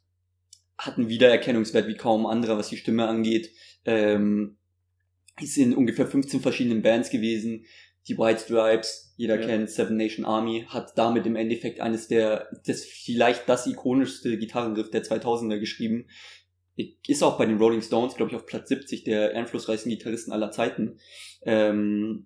hat einen Wiedererkennungswert wie kaum anderer, was die Stimme angeht, ähm, ist in ungefähr fünfzehn verschiedenen Bands gewesen, die White Stripes, jeder ja. kennt, Seven Nation Army, hat damit im Endeffekt eines der, das vielleicht das ikonischste Gitarrenriff der zweitausender geschrieben, ist auch bei den Rolling Stones, glaube ich, auf Platz siebzig der einflussreichsten Gitarristen aller Zeiten, ähm,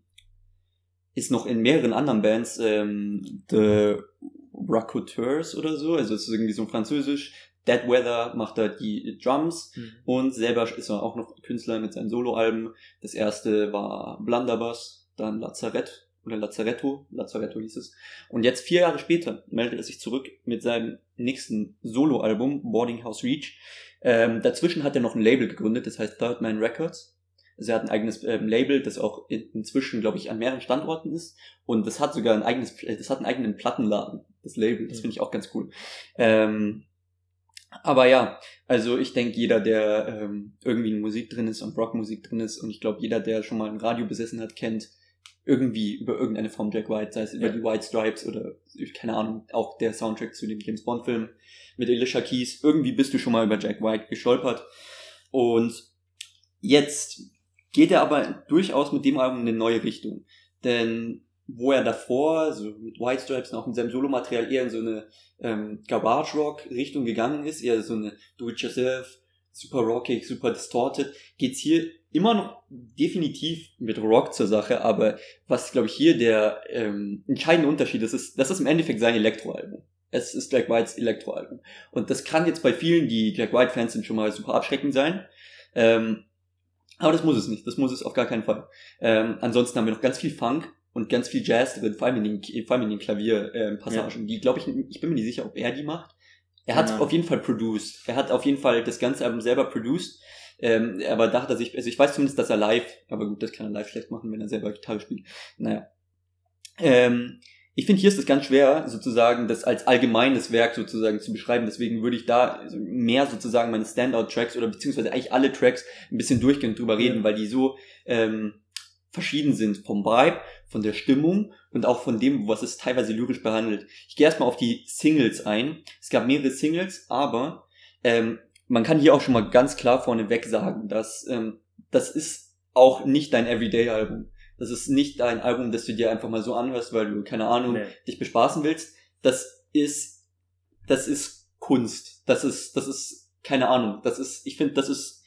ist noch in mehreren anderen Bands, ähm, The Raconteurs oder so, also es ist irgendwie so ein französisch. Dead Weather macht da die Drums mhm. und selber ist er auch noch Künstler mit seinen Soloalben. Das erste war Blunderbuss, dann Lazarett oder Lazaretto, Lazaretto hieß es. Und jetzt vier Jahre später meldet er sich zurück mit seinem nächsten Soloalbum, Boarding House Reach. Ähm, dazwischen hat er noch ein Label gegründet, das heißt Third Man Records. Also er hat ein eigenes ähm, Label, das auch in, inzwischen, glaube ich, an mehreren Standorten ist. Und das hat sogar ein eigenes, das hat einen eigenen Plattenladen, das Label. Das finde ich auch ganz cool. Ähm, aber ja, also ich denke, jeder, der ähm, irgendwie in Musik drin ist und Rockmusik drin ist, und ich glaube, jeder, der schon mal ein Radio besessen hat, kennt irgendwie über irgendeine Form Jack White, sei es über ja. die White Stripes oder, keine Ahnung, auch der Soundtrack zu dem James Bond Film mit Alicia Keys. Irgendwie bist du schon mal über Jack White gestolpert. Und jetzt geht er aber durchaus mit dem Album in eine neue Richtung. Denn wo er davor, so mit White Stripes und auch mit seinem Solomaterial eher in so eine ähm, Garage-Rock-Richtung gegangen ist, eher so eine Do-it-yourself, super rockig, super distorted, geht's hier immer noch definitiv mit Rock zur Sache, aber was, glaube ich, hier der ähm, entscheidende Unterschied ist, ist, das ist im Endeffekt sein Elektroalbum. Es ist Jack Whites Elektroalbum. Und das kann jetzt bei vielen, die Jack White-Fans sind, schon mal super abschreckend sein. Ähm, aber das muss es nicht. Das muss es auf gar keinen Fall. Ähm, ansonsten haben wir noch ganz viel Funk und ganz viel Jazz drin, vor allem in den, vor allem in den Klavierpassagen, ähm, ja. die, glaube ich, ich bin mir nicht sicher, ob er die macht. Er hat ja. auf jeden Fall produced. Er hat auf jeden Fall das ganze Album selber produced. Ähm, aber da hat er sich, also ich weiß zumindest, dass er live, aber gut, das kann er live schlecht machen, wenn er selber Gitarre spielt. Naja. Ähm, ich finde, hier ist es ganz schwer, sozusagen, das als allgemeines Werk sozusagen zu beschreiben. Deswegen würde ich da mehr sozusagen meine Standout-Tracks oder beziehungsweise eigentlich alle Tracks ein bisschen durchgehend drüber reden, ja. weil die so ähm, verschieden sind vom Vibe, von der Stimmung und auch von dem, was es teilweise lyrisch behandelt. Ich gehe erstmal auf die Singles ein. Es gab mehrere Singles, aber ähm, man kann hier auch schon mal ganz klar vorneweg sagen, dass ähm, das ist auch nicht dein Everyday-Album. Das ist nicht dein Album, das du dir einfach mal so anhörst, weil du, keine Ahnung, nee. dich bespaßen willst. Das ist, das ist Kunst. Das ist, das ist, keine Ahnung. Das ist, ich finde, das ist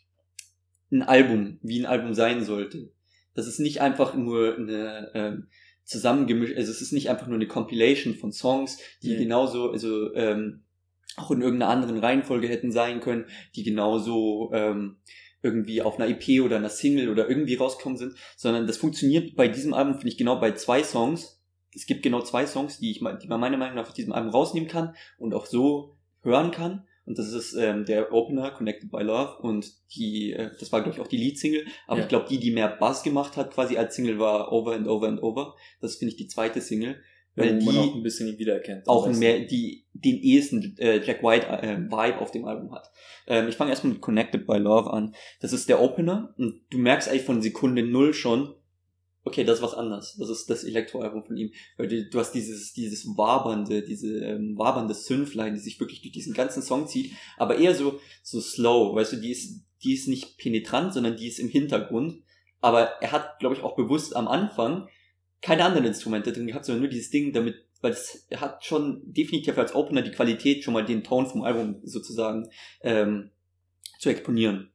ein Album, wie ein Album sein sollte. Das ist nicht einfach nur eine, ähm, zusammengemischt, also es ist nicht einfach nur eine Compilation von Songs, die nee. genauso, also, ähm, auch in irgendeiner anderen Reihenfolge hätten sein können, die genauso, ähm, irgendwie auf einer E P oder einer Single oder irgendwie rausgekommen sind, sondern das funktioniert bei diesem Album, finde ich, genau bei zwei Songs. Es gibt genau zwei Songs, die ich die man meiner Meinung nach aus diesem Album rausnehmen kann und auch so hören kann. Und das ist ähm, der Opener, Connected by Love, und die, äh, das war, glaube ich, auch die Lead-Single, aber ja. ich glaube, die, die mehr Bass gemacht hat, quasi als Single, war Over and Over and Over. Das finde ich die zweite Single. Weil ja, wo man auch ein bisschen ihn wiedererkennt. Auch mehr, die den ehesten äh, Jack White äh, Vibe auf dem Album hat. Ähm, ich fange erstmal mit Connected by Love an. Das ist der Opener und du merkst eigentlich von Sekunde null schon, Okay, das ist was anderes. Das ist das Elektroalbum von ihm. Weil du, du hast dieses, dieses wabernde, diese ähm, wabernde Synthline, die sich wirklich durch diesen ganzen Song zieht, aber eher so, so slow, weißt du, die ist, die ist nicht penetrant, sondern die ist im Hintergrund. Aber er hat, glaube ich, auch bewusst am Anfang keine anderen Instrumente drin gehabt, sondern nur dieses Ding, damit, weil es, er hat schon definitiv als Opener die Qualität, schon mal den Ton vom Album sozusagen ähm, zu exponieren.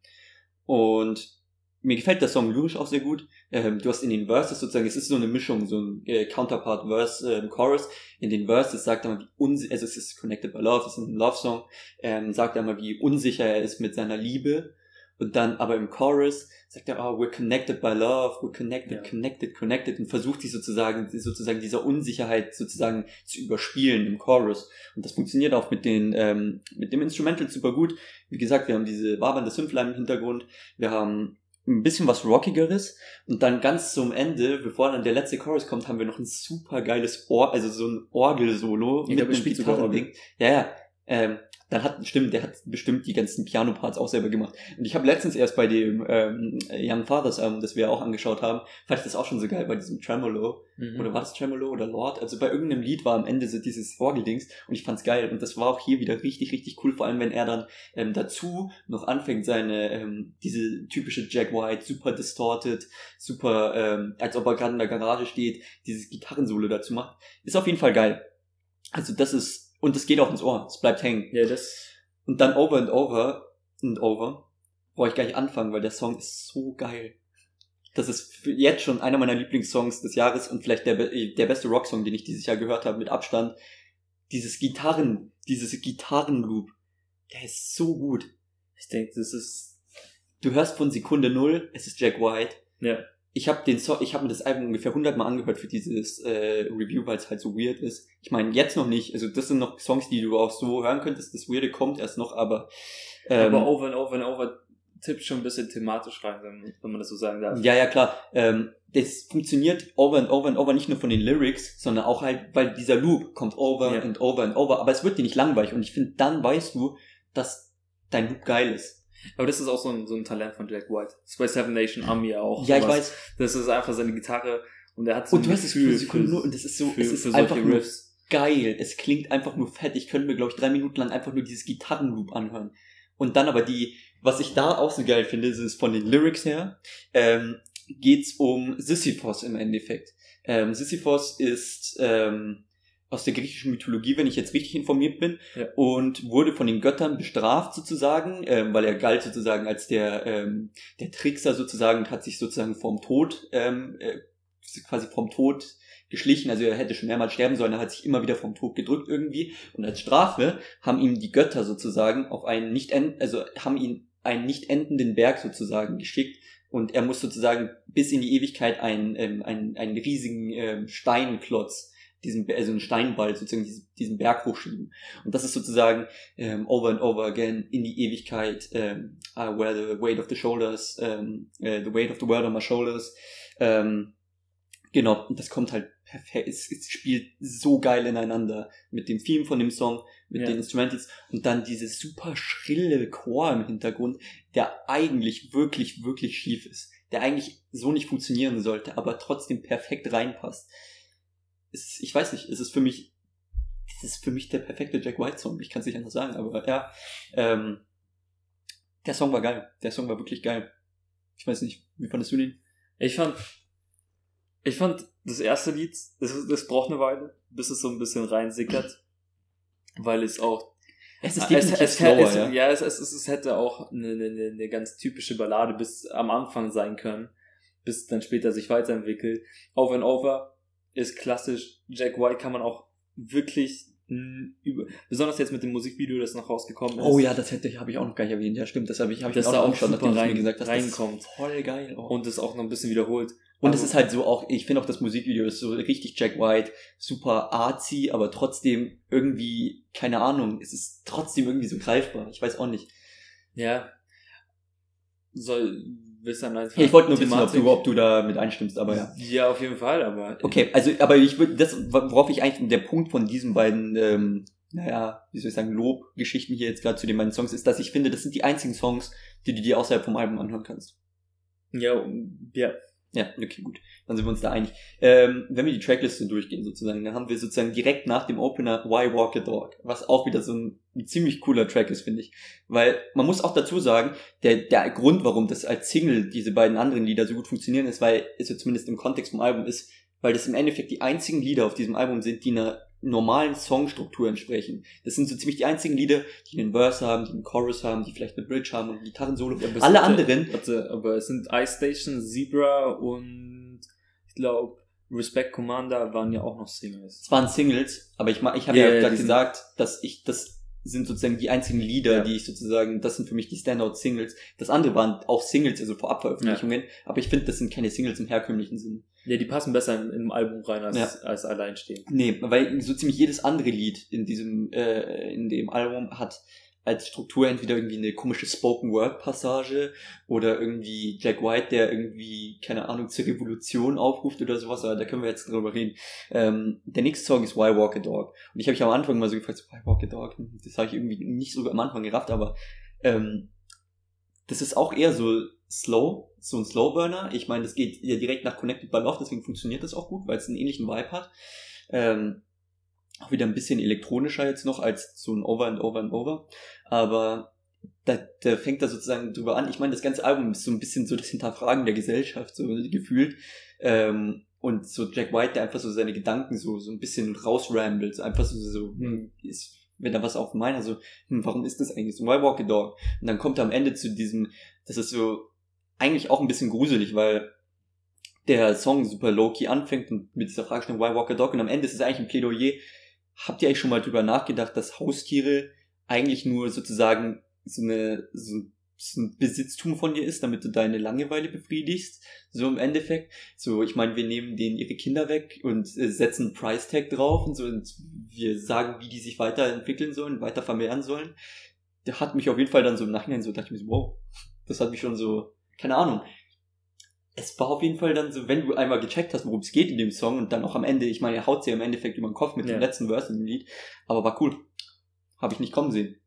Und mir gefällt der Song lyrisch auch sehr gut. Ähm, du hast in den Verses sozusagen, es ist so eine Mischung, so ein äh, Counterpart, Verse, äh, Chorus. In den Verses sagt er mal, wie unsicher, also es ist Connected by Love, es ist ein Love-Song, ähm, sagt er mal, wie unsicher er ist mit seiner Liebe. Und dann aber im Chorus sagt er, oh, we're connected by love, we're connected, ja. connected, connected und versucht sich sozusagen, sozusagen dieser Unsicherheit sozusagen zu überspielen im Chorus. Und das funktioniert auch mit den, ähm, mit dem Instrumental super gut. Wie gesagt, wir haben diese wabernde Synthline im Hintergrund, wir haben ein bisschen was Rockigeres und dann ganz zum Ende, bevor dann der letzte Chorus kommt, haben wir noch ein super geiles Or, also so ein Orgel-Solo mit einem Gitarren-Ding. Ja, ja. Ähm, dann hat, stimmt, der hat bestimmt die ganzen Piano-Parts auch selber gemacht. Und ich habe letztens erst bei dem ähm, Young Fathers Album, das wir auch angeschaut haben, fand ich das auch schon so geil bei diesem Tremolo. Mhm. Oder war das Tremolo oder Lord? Also bei irgendeinem Lied war am Ende so dieses Orgeldings und ich fand's geil. Und das war auch hier wieder richtig, richtig cool, vor allem wenn er dann ähm, dazu noch anfängt, seine, ähm, diese typische Jack White, super distorted, super, ähm, als ob er gerade in der Garage steht, dieses Gitarrensolo dazu macht. Ist auf jeden Fall geil. Also das ist, und es geht auch ins Ohr, es bleibt hängen. Ja, das. Und dann Over and Over and Over brauche ich gar nicht anfangen, weil der Song ist so geil. Das ist für jetzt schon einer meiner Lieblingssongs des Jahres und vielleicht der, der beste Rocksong, den ich dieses Jahr gehört habe, mit Abstand. Dieses Gitarren, dieses Gitarrenloop, der ist so gut. Ich denke, das ist... Du hörst von Sekunde null, es ist Jack White. Ja. Ich habe den so- ich habe mir das Album ungefähr hundertmal angehört für dieses äh, Review, weil es halt so weird ist. Ich meine, jetzt noch nicht. Also das sind noch Songs, die du auch so hören könntest. Das Weirde kommt erst noch, aber ähm, aber Over and Over and Over tippt schon ein bisschen thematisch rein, wenn man das so sagen darf. Ja, ja, klar. Ähm, das funktioniert Over and Over and Over nicht nur von den Lyrics, sondern auch halt, weil dieser Loop kommt Over ja. and Over and Over. Aber es wird dir nicht langweilig. Und ich finde, dann weißt du, dass dein Loop geil ist. Aber das ist auch so ein, so ein Talent von Jack White. Das ist bei Seven Nation Army auch. Ja, ich sowas. weiß. Das ist einfach seine Gitarre und er hat so und du hast es für Sekunden nur und das ist so, für, es ist für einfach nur Riffs. Geil. Es klingt einfach nur fett. Ich könnte mir, glaube ich, drei Minuten lang einfach nur dieses Gitarrenloop anhören. Und dann aber die, was ich da auch so geil finde, ist es von den Lyrics her, ähm, geht's um Sisyphos im Endeffekt. Ähm, Sisyphos ist, ähm, aus der griechischen Mythologie, wenn ich jetzt richtig informiert bin, ja. und wurde von den Göttern bestraft sozusagen, ähm, weil er galt sozusagen als der ähm, der Trickser sozusagen und hat sich sozusagen vom Tod ähm, äh, quasi vom Tod geschlichen, also er hätte schon mehrmals sterben sollen, er hat sich immer wieder vom Tod gedrückt irgendwie und als Strafe haben ihm die Götter sozusagen auf einen nicht end, also haben ihn einen nicht endenden Berg sozusagen geschickt und er muss sozusagen bis in die Ewigkeit einen ähm, einen, einen riesigen ähm, Steinklotz diesen, also einen Steinball sozusagen diesen, diesen Berg hochschieben. Und das ist sozusagen ähm, over and over again in die Ewigkeit, ähm, I wear the weight of the shoulders, ähm, uh, the weight of the world on my shoulders. Ähm, genau, und das kommt halt perfekt, es, es spielt so geil ineinander mit dem Theme von dem Song, mit ja. den Instrumentals und dann dieses super schrille Chor im Hintergrund, der eigentlich wirklich, wirklich schief ist, der eigentlich so nicht funktionieren sollte, aber trotzdem perfekt reinpasst. Es, ich weiß nicht, es ist für mich, es ist für mich der perfekte Jack White Song. Ich kann es nicht anders sagen, aber ja, ähm, der Song war geil. Der Song war wirklich geil. Ich weiß nicht, wie fandest du den? Ich fand, ich fand das erste Lied, das, das braucht eine Weile, bis es so ein bisschen reinsickert, weil es auch, es ist definitiv es, es, slower, es, ja. ja, es, es, es hätte auch eine, eine, eine ganz typische Ballade bis am Anfang sein können, bis dann später sich weiterentwickelt. Over and Over ist klassisch. Jack White kann man auch wirklich mh, über, besonders jetzt mit dem Musikvideo, das noch rausgekommen ist. Oh ja, das hätte ich, habe ich auch noch gar nicht erwähnt. Ja, stimmt, das habe ich, habe ich auch, auch auch schon, nachdem rein, du mir gesagt hast, reinkommt. Das ist voll geil. Oh. Und es auch noch ein bisschen wiederholt. Und also, es ist halt so auch, ich finde auch das Musikvideo ist so richtig Jack White, super artsy, aber trotzdem irgendwie, keine Ahnung, es ist trotzdem irgendwie so greifbar. Ich weiß auch nicht. Ja. Soll, einfach ich wollte nur wissen, ob du, ob du da mit einstimmst, aber ja. Ja, auf jeden Fall, aber... Okay, also, aber ich würde, das, worauf ich eigentlich, der Punkt von diesen beiden, ähm, naja, wie soll ich sagen, Lobgeschichten hier jetzt gerade zu den beiden Songs ist, dass ich finde, das sind die einzigen Songs, die du dir außerhalb vom Album anhören kannst. Ja, ja. Ja, okay, gut. Dann sind wir uns da einig. Ähm, wenn wir die Trackliste durchgehen sozusagen, dann haben wir sozusagen direkt nach dem Opener Why Walk a Dog, was auch wieder so ein, ein ziemlich cooler Track ist, finde ich. Weil man muss auch dazu sagen, der, der Grund, warum das als Single diese beiden anderen Lieder so gut funktionieren, ist, weil es ja zumindest im Kontext vom Album ist, weil das im Endeffekt die einzigen Lieder auf diesem Album sind, die einer normalen Songstruktur entsprechen. Das sind so ziemlich die einzigen Lieder, die einen Verse haben, die einen Chorus haben, die vielleicht eine Bridge haben und ein Gitarrensolo. Ja, Alle anderen... Warte, aber es sind Ice Station, Zebra und ich glaube Respect Commander waren ja auch noch Singles. Es waren Singles, aber ich, ich habe yeah, ja gerade gesagt, dass ich, das sind sozusagen die einzigen Lieder, ja. die ich sozusagen, das sind für mich die Standout-Singles. Das andere waren auch Singles, also Vorabveröffentlichungen, ja. aber ich finde, das sind keine Singles im herkömmlichen Sinn. Ja, die passen besser in, in einem Album rein als, ja. als alleinstehend. Nee, weil so ziemlich jedes andere Lied in diesem, äh, in dem Album hat als Struktur entweder irgendwie eine komische Spoken-Word-Passage oder irgendwie Jack White, der irgendwie, keine Ahnung, zur Revolution aufruft oder sowas, aber da können wir jetzt drüber reden. Ähm, der nächste Song ist Why Walk a Dog. Und ich habe mich am Anfang mal so gefragt, so, Why Walk a Dog? Das habe ich irgendwie nicht so am Anfang gerafft, aber ähm, das ist auch eher so slow, so ein Slowburner. Ich meine, das geht ja direkt nach Connected by Love, deswegen funktioniert das auch gut, weil es einen ähnlichen Vibe hat. Ähm, auch wieder ein bisschen elektronischer jetzt noch als so ein Over and Over and Over. Aber da, da fängt er sozusagen drüber an. Ich meine, das ganze Album ist so ein bisschen so das Hinterfragen der Gesellschaft, so gefühlt. Ähm, und so Jack White, der einfach so seine Gedanken so, so ein bisschen rausrambelt. Einfach so, so hm, ist, wenn da was auf meiner, so, hm, warum ist das eigentlich so? Why Walk a Dog? Und dann kommt er am Ende zu diesem, das ist so eigentlich auch ein bisschen gruselig, weil der Song super low-key anfängt und mit dieser Fragestellung Why Walk a Dog? Und am Ende ist es eigentlich ein Plädoyer. Habt ihr eigentlich schon mal drüber nachgedacht, dass Haustiere eigentlich nur sozusagen so eine so ein Besitztum von dir ist, damit du deine Langeweile befriedigst? So im Endeffekt. So, ich meine, wir nehmen denen ihre Kinder weg und äh, setzen einen Price Tag drauf und so und wir sagen, wie die sich weiterentwickeln sollen, weiter vermehren sollen. Der hat mich auf jeden Fall dann so im Nachhinein so, dachte ich mir so, wow, das hat mich schon so, keine Ahnung. Es war auf jeden Fall dann so, wenn du einmal gecheckt hast, worum es geht in dem Song und dann auch am Ende, ich meine, er haut sie ja im Endeffekt über den Kopf mit ja. dem letzten Verse in dem Lied, aber war cool. Habe ich nicht kommen sehen.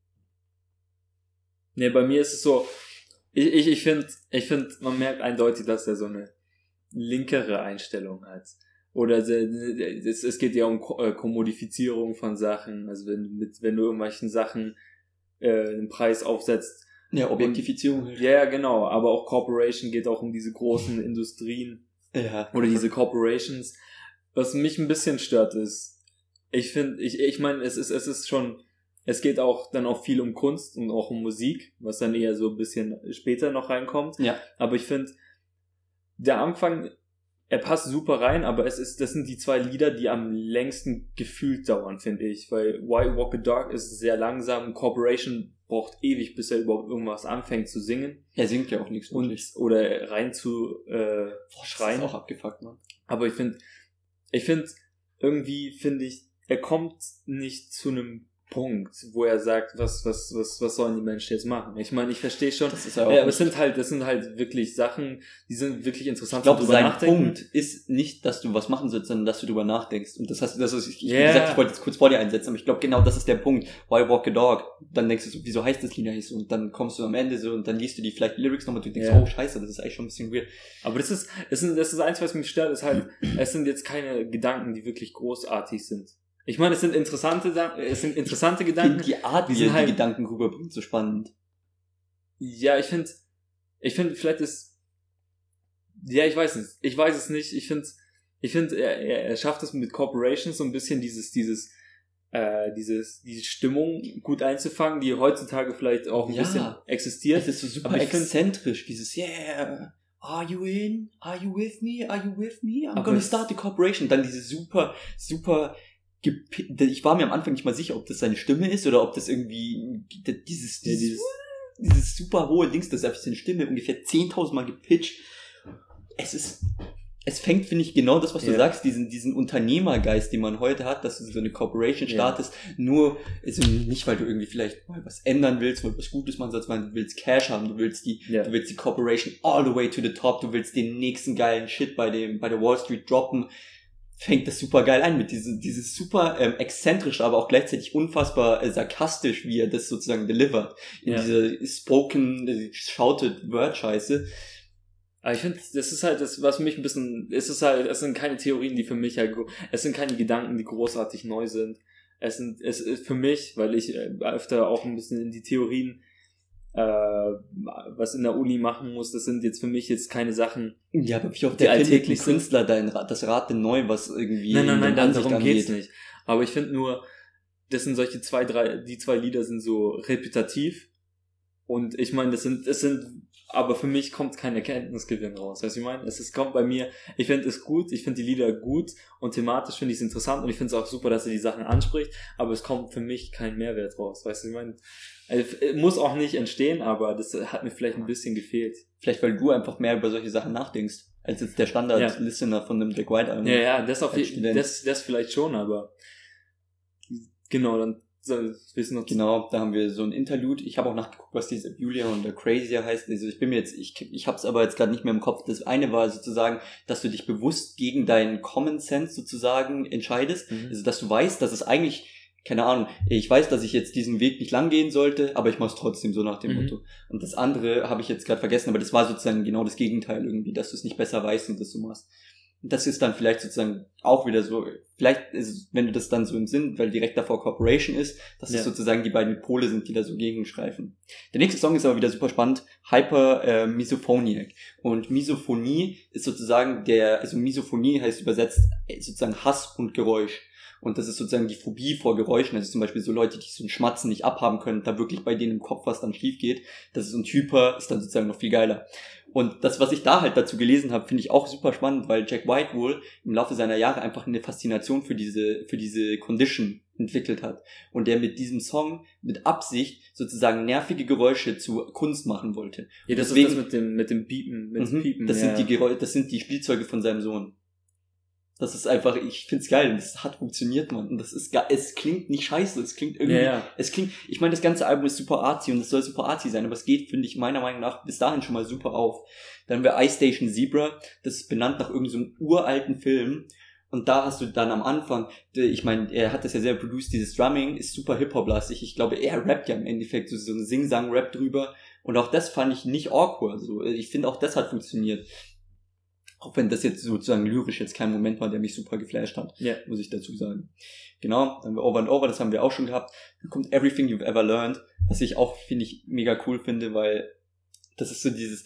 Nee, bei mir ist es so, ich, ich, ich finde, ich finde, man merkt eindeutig, dass er so eine linkere Einstellung hat. Oder es, es geht ja um Kommodifizierung von Sachen, also wenn, mit, wenn du irgendwelchen Sachen äh, einen Preis aufsetzt. Ja, Objektifizierung. Ja, ja, genau. Aber auch Corporation geht auch um diese großen Industrien. Ja. Oder diese Corporations. Was mich ein bisschen stört ist, ich finde, ich, ich meine, es ist, es ist schon, es geht auch dann auch viel um Kunst und auch um Musik, was dann eher so ein bisschen später noch reinkommt. Ja. Aber ich finde, der Anfang, er passt super rein, aber es ist, das sind die zwei Lieder, die am längsten gefühlt dauern, finde ich. Weil Why Walk a Dog ist sehr langsam, Corporation braucht ewig, bis er überhaupt irgendwas anfängt zu singen. Er singt ja auch nichts. Und, oder rein zu äh, Boah, schreien. Das ist auch abgefuckt, Mann. Aber ich finde, ich finde, irgendwie finde ich, er kommt nicht zu einem Punkt, wo er sagt, was, was, was, was sollen die Menschen jetzt machen? Ich meine, ich verstehe schon, das ist ja auch äh, aber es sind halt, das sind halt wirklich Sachen, die sind wirklich interessant. Ich glaube, sein Punkt ist nicht, dass du was machen sollst, sondern dass du drüber nachdenkst. Und das hast, das ist, ich, yeah. wie gesagt, ich wollte jetzt kurz vor dir einsetzen, aber ich glaube, genau das ist der Punkt. Why Walk a Dog? Dann denkst du so, wieso heißt das Lied eigentlich so? Und dann kommst du am Ende so und dann liest du die vielleicht Lyrics nochmal und du denkst, yeah. oh scheiße, das ist eigentlich schon ein bisschen weird. Aber das ist, das ist, das ist eins, was mich stört, ist halt, es sind jetzt keine Gedanken, die wirklich großartig sind. Ich meine, es sind interessante, es sind interessante Gedanken. Ich finde die Art, wie er halt die Gedanken rüberbringt, so spannend. Ja, ich finde, ich finde, vielleicht ist, ja, ich weiß nicht, ich weiß es nicht, ich finde, ich finde, er, er schafft es mit Corporations so ein bisschen dieses, dieses, äh, dieses, diese Stimmung gut einzufangen, die heutzutage vielleicht auch ein ja, bisschen existiert. Es ist so super exzentrisch, find, dieses, yeah, are you in? Are you with me? Are you with me? I'm gonna start the corporation. Dann diese super, super, ich war mir am Anfang nicht mal sicher, ob das seine Stimme ist oder ob das irgendwie dieses, dieses, ja, dieses, dieses super hohe Dings, das ist einfach seine Stimme ungefähr zehntausend Mal gepitcht. Es ist, es fängt, finde ich, genau das, was du ja. sagst, diesen, diesen Unternehmergeist, den man heute hat, dass du so eine Corporation startest, ja. nur, also nicht, weil du irgendwie vielleicht mal was ändern willst, weil du was Gutes machen sollst, weil du willst Cash haben, du willst die, ja. du willst die Corporation all the way to the top, du willst den nächsten geilen Shit bei dem, bei der Wall Street droppen, fängt das super geil ein mit diesem, dieses super ähm, exzentrisch, aber auch gleichzeitig unfassbar äh, sarkastisch, wie er das sozusagen delivert. In ja. dieser spoken, shouted Word-Scheiße. Aber ich finde, das ist halt das, was mich ein bisschen, es ist halt, es sind keine Theorien, die für mich halt, es sind keine Gedanken, die großartig neu sind. Es sind, es ist für mich, weil ich öfter auch ein bisschen in die Theorien, äh, was in der Uni machen muss, das sind jetzt für mich jetzt keine Sachen, ja, aber wie oft der alltäglich Künstler dein Rad, das Rad denn neu, was irgendwie nein, nein, nein, dann, darum angeht. Geht's nicht. Aber ich finde nur, das sind solche zwei, drei, die zwei Lieder sind so repetitiv und ich meine, das sind, es sind, aber für mich kommt kein Erkenntnisgewinn raus. Weißt du, ich meine, es ist, kommt bei mir, ich finde es gut, ich finde die Lieder gut und thematisch finde ich es interessant und ich finde es auch super, dass er die Sachen anspricht, aber es kommt für mich kein Mehrwert raus. Weißt du, ich meine, also, muss auch nicht entstehen, aber das hat mir vielleicht ein bisschen gefehlt. Vielleicht, weil du einfach mehr über solche Sachen nachdenkst, als jetzt der Standard-Listener ja. von einem Jack White Album. Ja, ja, das auf jeden das, das vielleicht schon, aber genau, dann wissen noch genau, da haben wir so ein Interlude. Ich habe auch nachgeguckt, was dieses Julia und der Crazier heißt. Also ich bin mir jetzt, ich, ich habe es aber jetzt gerade nicht mehr im Kopf. Das eine war sozusagen, dass du dich bewusst gegen deinen Common Sense sozusagen entscheidest. Mhm. Also dass du weißt, dass es eigentlich, keine Ahnung, ich weiß, dass ich jetzt diesen Weg nicht lang gehen sollte, aber ich mache es trotzdem so nach dem mhm. Motto. Und das andere habe ich jetzt gerade vergessen, aber das war sozusagen genau das Gegenteil irgendwie, dass du es nicht besser weißt und das so machst. Das ist dann vielleicht sozusagen auch wieder so, vielleicht ist es, wenn du das dann so im Sinn, weil direkt davor Corporation ist, dass ja. es sozusagen die beiden Pole sind, die da so gegenstreifen. Der nächste Song ist aber wieder super spannend, Hyper äh, Misophoniac. Und Misophonie ist sozusagen der, also Misophonie heißt übersetzt sozusagen Hass und Geräusch. Und das ist sozusagen die Phobie vor Geräuschen. Also zum Beispiel so Leute, die so ein Schmatzen nicht abhaben können, da wirklich bei denen im Kopf was dann schief geht. Das ist so ein Hyper, ist dann sozusagen noch viel geiler. Und das, was ich da halt dazu gelesen habe, finde ich auch super spannend, weil Jack White wohl im Laufe seiner Jahre einfach eine Faszination für diese, für diese Condition entwickelt hat. Und der mit diesem Song mit Absicht sozusagen nervige Geräusche zu Kunst machen wollte. Ja, das deswegen, ist das mit dem, mit dem Piepen, mit mhm, Piepen. Das ja. sind die Geräusche, das sind die Spielzeuge von seinem Sohn. Das ist einfach, ich find's geil, das hat funktioniert, man. Und das ist geil, es klingt nicht scheiße, es klingt irgendwie, ja, ja. es klingt, ich meine, das ganze Album ist super artsy und es soll super artsy sein, aber es geht, finde ich, meiner Meinung nach bis dahin schon mal super auf. Dann haben wir Ice Station Zebra, das ist benannt nach irgendeinem so uralten Film. Und da hast du dann am Anfang, ich meine, er hat das ja selber produced, dieses Drumming ist super Hip-Hop-lastig. Ich glaube, er rappt ja im Endeffekt so, so einen Sing-Sang-Rap drüber. Und auch das fand ich nicht awkward. So, ich finde, auch das hat funktioniert. Auch wenn das jetzt sozusagen lyrisch jetzt kein Moment war, der mich super geflasht hat, yeah. muss ich dazu sagen. Genau, dann haben wir Over and Over, das haben wir auch schon gehabt. Dann kommt Everything You've Ever Learned, was ich auch, finde ich, mega cool finde, weil das ist so dieses,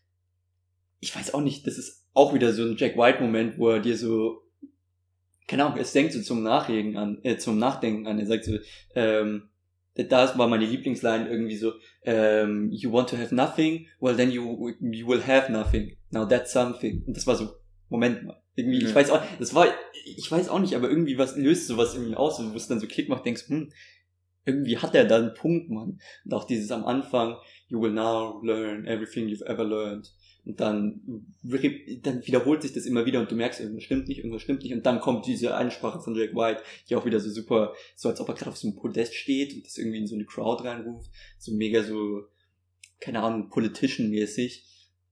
ich weiß auch nicht, das ist auch wieder so ein Jack White-Moment, wo er dir so, keine Ahnung, es denkt so zum Nachdenken an, äh, zum Nachdenken an, er sagt so, ähm, da war meine Lieblingsline irgendwie so, um, you want to have nothing, well then you you will have nothing. Now that's something. Und das war so, Moment mal, irgendwie, ja. ich weiß auch, das war, ich weiß auch nicht, aber irgendwie was löst sowas irgendwie aus, wo es dann so Klick macht, denkst, hm, irgendwie hat er da einen Punkt, Mann. Und auch dieses am Anfang, you will now learn everything you've ever learned. Und dann, dann wiederholt sich das immer wieder und du merkst, irgendwas stimmt nicht, irgendwas stimmt nicht. Und dann kommt diese Einsprache von Jack White, die auch wieder so super, so als ob er gerade auf so einem Podest steht und das irgendwie in so eine Crowd reinruft. So mega so, keine Ahnung, Politician-mäßig.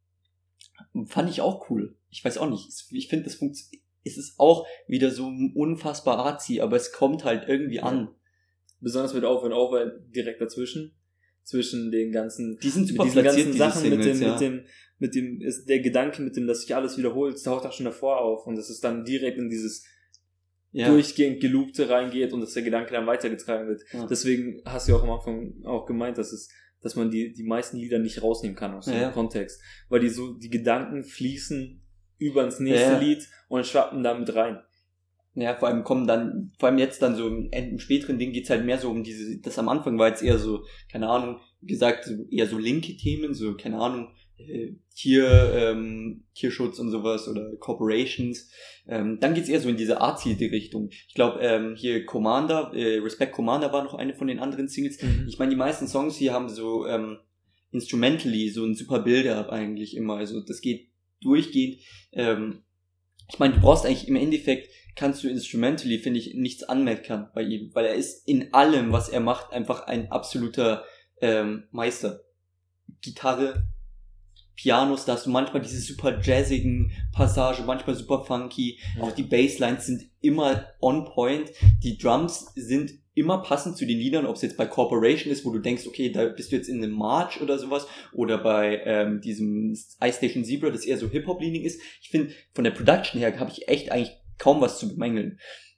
Fand ich auch cool. Ich weiß auch nicht. Ich finde, das funktioniert. Es ist auch wieder so unfassbar artsy, aber es kommt halt irgendwie an. Besonders mit Over and Over direkt dazwischen. Zwischen den ganzen, die sind super mit diesen platziert, ganzen Sachen, Singles, mit dem, ja. mit dem, mit dem, ist der Gedanke, mit dem, dass sich alles wiederholt, das taucht auch schon davor auf und dass es dann direkt in dieses ja. durchgehend Geloopte reingeht und dass der Gedanke dann weitergetragen wird. Ja. Deswegen hast du ja auch am Anfang auch gemeint, dass es, dass man die, die meisten Lieder nicht rausnehmen kann aus dem ja. Kontext. Weil die so, die Gedanken fließen über ins nächste ja. Lied und schwappen da mit rein. Ja, vor allem kommen dann, vor allem jetzt dann so im, im späteren Ding geht's halt mehr so um diese, das am Anfang war jetzt eher so, keine Ahnung, wie gesagt, so eher so linke Themen, so, keine Ahnung, äh, Tier, ähm, Tierschutz und sowas oder Corporations. Ähm, dann geht's eher so in diese Artsy-Richtung. Ich glaube, ähm, hier Commander, äh, Respect Commander war noch eine von den anderen Singles. Mhm. Ich meine, die meisten Songs hier haben so, ähm, instrumentally so ein super Build-up eigentlich immer, also das geht durchgehend, ähm, ich meine, du brauchst eigentlich im Endeffekt, kannst du instrumentally, finde ich, nichts anmeckern bei ihm, weil er ist in allem, was er macht, einfach ein absoluter ähm, Meister. Gitarre, Pianos, da hast du manchmal diese super jazzigen Passagen, manchmal super funky, ja. Auch die Basslines sind immer on point, die Drums sind immer passend zu den Liedern, ob es jetzt bei Corporation ist, wo du denkst, okay, da bist du jetzt in einem March oder sowas, oder bei ähm, diesem Ice Station Zebra, das eher so Hip-Hop-leaning ist. Ich finde, von der Production her habe ich echt eigentlich kaum was zu bemängeln.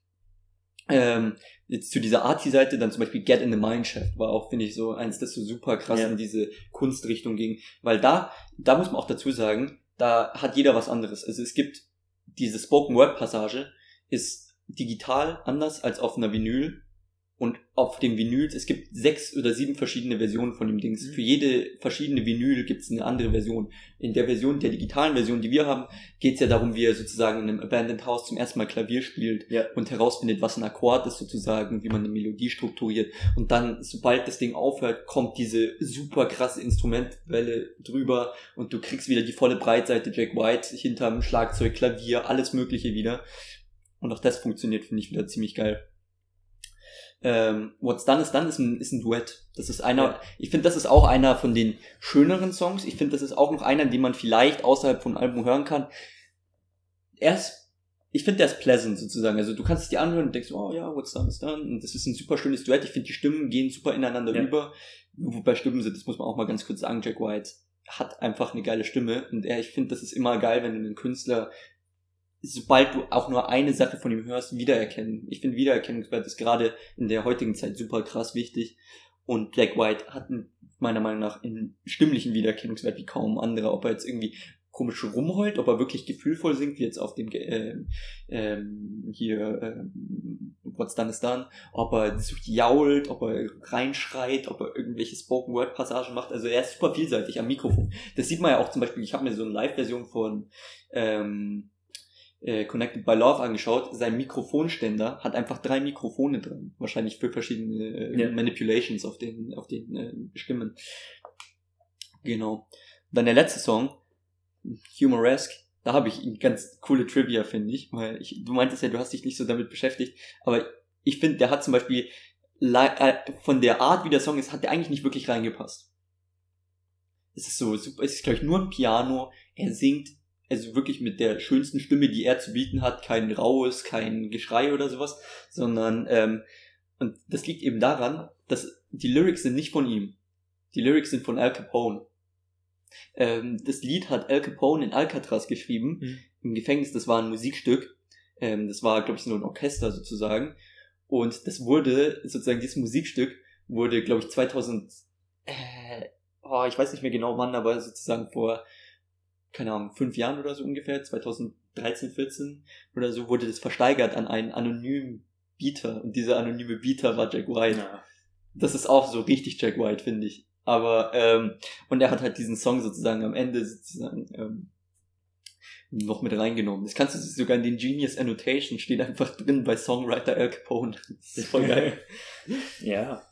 Ähm, jetzt zu dieser Arty-Seite, dann zum Beispiel Get in the Mineshaft war auch, finde ich, so eins, das so super krass ja. in diese Kunstrichtung ging. Weil da, da muss man auch dazu sagen, da hat jeder was anderes. Also es gibt diese Spoken-Word-Passage, ist digital anders als auf einer Vinyl. Und auf dem Vinyl, es gibt sechs oder sieben verschiedene Versionen von dem Dings. Mhm. Für jede verschiedene Vinyl gibt es eine andere Version. In der Version, der digitalen Version, die wir haben, geht es ja darum, wie er sozusagen in einem Abandoned House zum ersten Mal Klavier spielt ja. und herausfindet, was ein Akkord ist sozusagen, wie man eine Melodie strukturiert. Und dann, sobald das Ding aufhört, kommt diese super krasse Instrumentwelle drüber und du kriegst wieder die volle Breitseite Jack White hinterm Schlagzeug, Klavier, alles Mögliche wieder. Und auch das funktioniert, finde ich, wieder ziemlich geil. Ähm, What's Done is Done ist ein, ist ein Duett. Das ist einer, ja. ich finde, das ist auch einer von den schöneren Songs. Ich finde, das ist auch noch einer, den man vielleicht außerhalb von Album hören kann. Er ist, ich finde, der ist pleasant sozusagen. Also du kannst es dir anhören und denkst, oh ja, What's Done is Done. Und das ist ein super schönes Duett. Ich finde, die Stimmen gehen super ineinander ja. über. Wobei Stimmen sind, das muss man auch mal ganz kurz sagen, Jack White hat einfach eine geile Stimme. Und er, ich finde, das ist immer geil, wenn du einen Künstler, sobald du auch nur eine Sache von ihm hörst, wiedererkennen. Ich finde, Wiedererkennungswert ist gerade in der heutigen Zeit super krass wichtig. Und Jack White hat meiner Meinung nach einen stimmlichen Wiedererkennungswert wie kaum andere. Ob er jetzt irgendwie komisch rumheult, ob er wirklich gefühlvoll singt, wie jetzt auf dem äh, äh, hier äh, What's Done is Done, ob er so jault, ob er reinschreit, ob er irgendwelche Spoken-Word-Passagen macht. Also er ist super vielseitig am Mikrofon. Das sieht man ja auch zum Beispiel, ich habe mir so eine Live-Version von ähm, Connected by Love angeschaut, sein Mikrofonständer hat einfach drei Mikrofone drin, wahrscheinlich für verschiedene äh, yeah. Manipulations auf den auf den äh, Stimmen. Genau. Dann der letzte Song, Humoresque, da habe ich eine ganz coole Trivia, finde ich, weil ich, du meintest ja, du hast dich nicht so damit beschäftigt, aber ich finde, der hat zum Beispiel äh, von der Art, wie der Song ist, hat der eigentlich nicht wirklich reingepasst. Es ist so super, es ist glaube ich nur ein Piano, er singt also wirklich mit der schönsten Stimme, die er zu bieten hat, kein Rauhes, kein Geschrei oder sowas, sondern, ähm, und das liegt eben daran, dass die Lyrics sind nicht von ihm. Die Lyrics sind von Al Capone. Ähm, das Lied hat Al Capone in Alcatraz geschrieben, mhm. im Gefängnis, das war ein Musikstück, ähm, das war, glaube ich, so ein Orchester sozusagen, und das wurde, sozusagen dieses Musikstück wurde, glaube ich, zweitausend, äh, oh, ich weiß nicht mehr genau wann, aber sozusagen vor keine Ahnung, fünf Jahren oder so ungefähr, zweitausenddreizehn, vierzehn oder so, wurde das versteigert an einen anonymen Bieter. Und dieser anonyme Bieter war Jack White. Ja. Das ist auch so richtig Jack White, finde ich. Aber, ähm, und er hat halt diesen Song sozusagen am Ende sozusagen ähm, noch mit reingenommen. Das kannst du sogar in den Genius Annotation steht einfach drin bei Songwriter Al Capone. Das ist voll geil. Ja.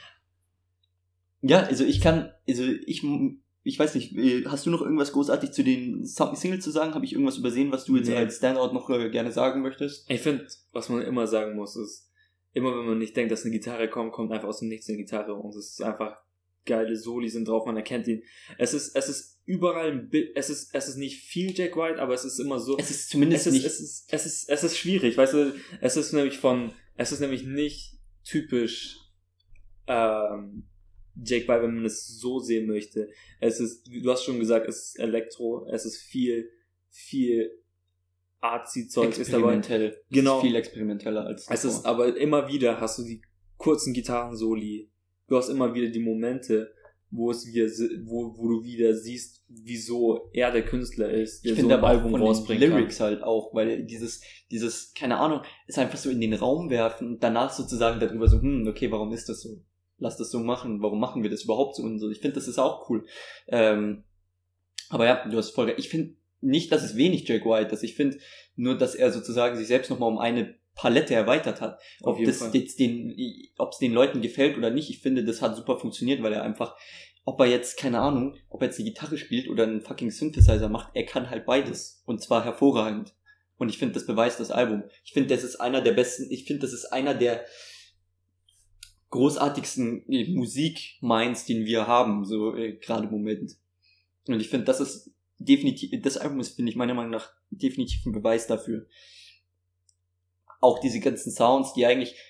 Ja, also ich kann, also ich Ich weiß nicht, hast du noch irgendwas großartig zu den Singles zu sagen? Habe ich irgendwas übersehen, was du jetzt nee. als Standout noch äh, gerne sagen möchtest? Ich finde, was man immer sagen muss, ist, immer wenn man nicht denkt, dass eine Gitarre kommt, kommt einfach aus dem Nichts eine Gitarre und es ist einfach geile Soli sind drauf, man erkennt ihn. Es ist, es ist überall ein Bild, es ist, es ist nicht viel Jack White, aber es ist immer so. Es ist zumindest es ist, nicht. Es ist, es ist, es ist schwierig, weißt du, es ist nämlich von, es ist nämlich nicht typisch, ähm, Jack White, wenn man es so sehen möchte. Es ist, du hast schon gesagt, es ist Elektro, es ist viel, viel Artsy-Zeug ist dabei. Experimentell. Genau. Es ist viel experimenteller als davor. Es ist, aber immer wieder hast du die kurzen Gitarren-Soli. Du hast immer wieder die Momente, wo es wieder, wo, wo du wieder siehst, wieso er der Künstler ist, der ich so finde ein aber Album von rausbringt. Den Lyrics halt auch, weil dieses, dieses, keine Ahnung, ist einfach so in den Raum werfen und danach sozusagen darüber so, hm, okay, warum ist das so? Lass das so machen, warum machen wir das überhaupt so und so. Ich finde, das ist auch cool. Ähm, aber ja, du hast voll recht. Ich finde nicht, dass es wenig Jack White ist. Ich finde nur, dass er sozusagen sich selbst nochmal um eine Palette erweitert hat. Ob das Fall. jetzt den, ob es den Leuten gefällt oder nicht, ich finde, das hat super funktioniert, weil er einfach, ob er jetzt, keine Ahnung, ob er jetzt eine Gitarre spielt oder einen fucking Synthesizer macht, er kann halt beides. Und zwar hervorragend. Und ich finde, das beweist das Album. Ich finde, das ist einer der besten, ich finde, das ist einer der großartigsten äh, Musik-Minds, den wir haben, so äh, gerade im Moment. Und ich finde, das ist definitiv, das Album ist, finde ich, meiner Meinung nach definitiv ein Beweis dafür. Auch diese ganzen Sounds, die eigentlich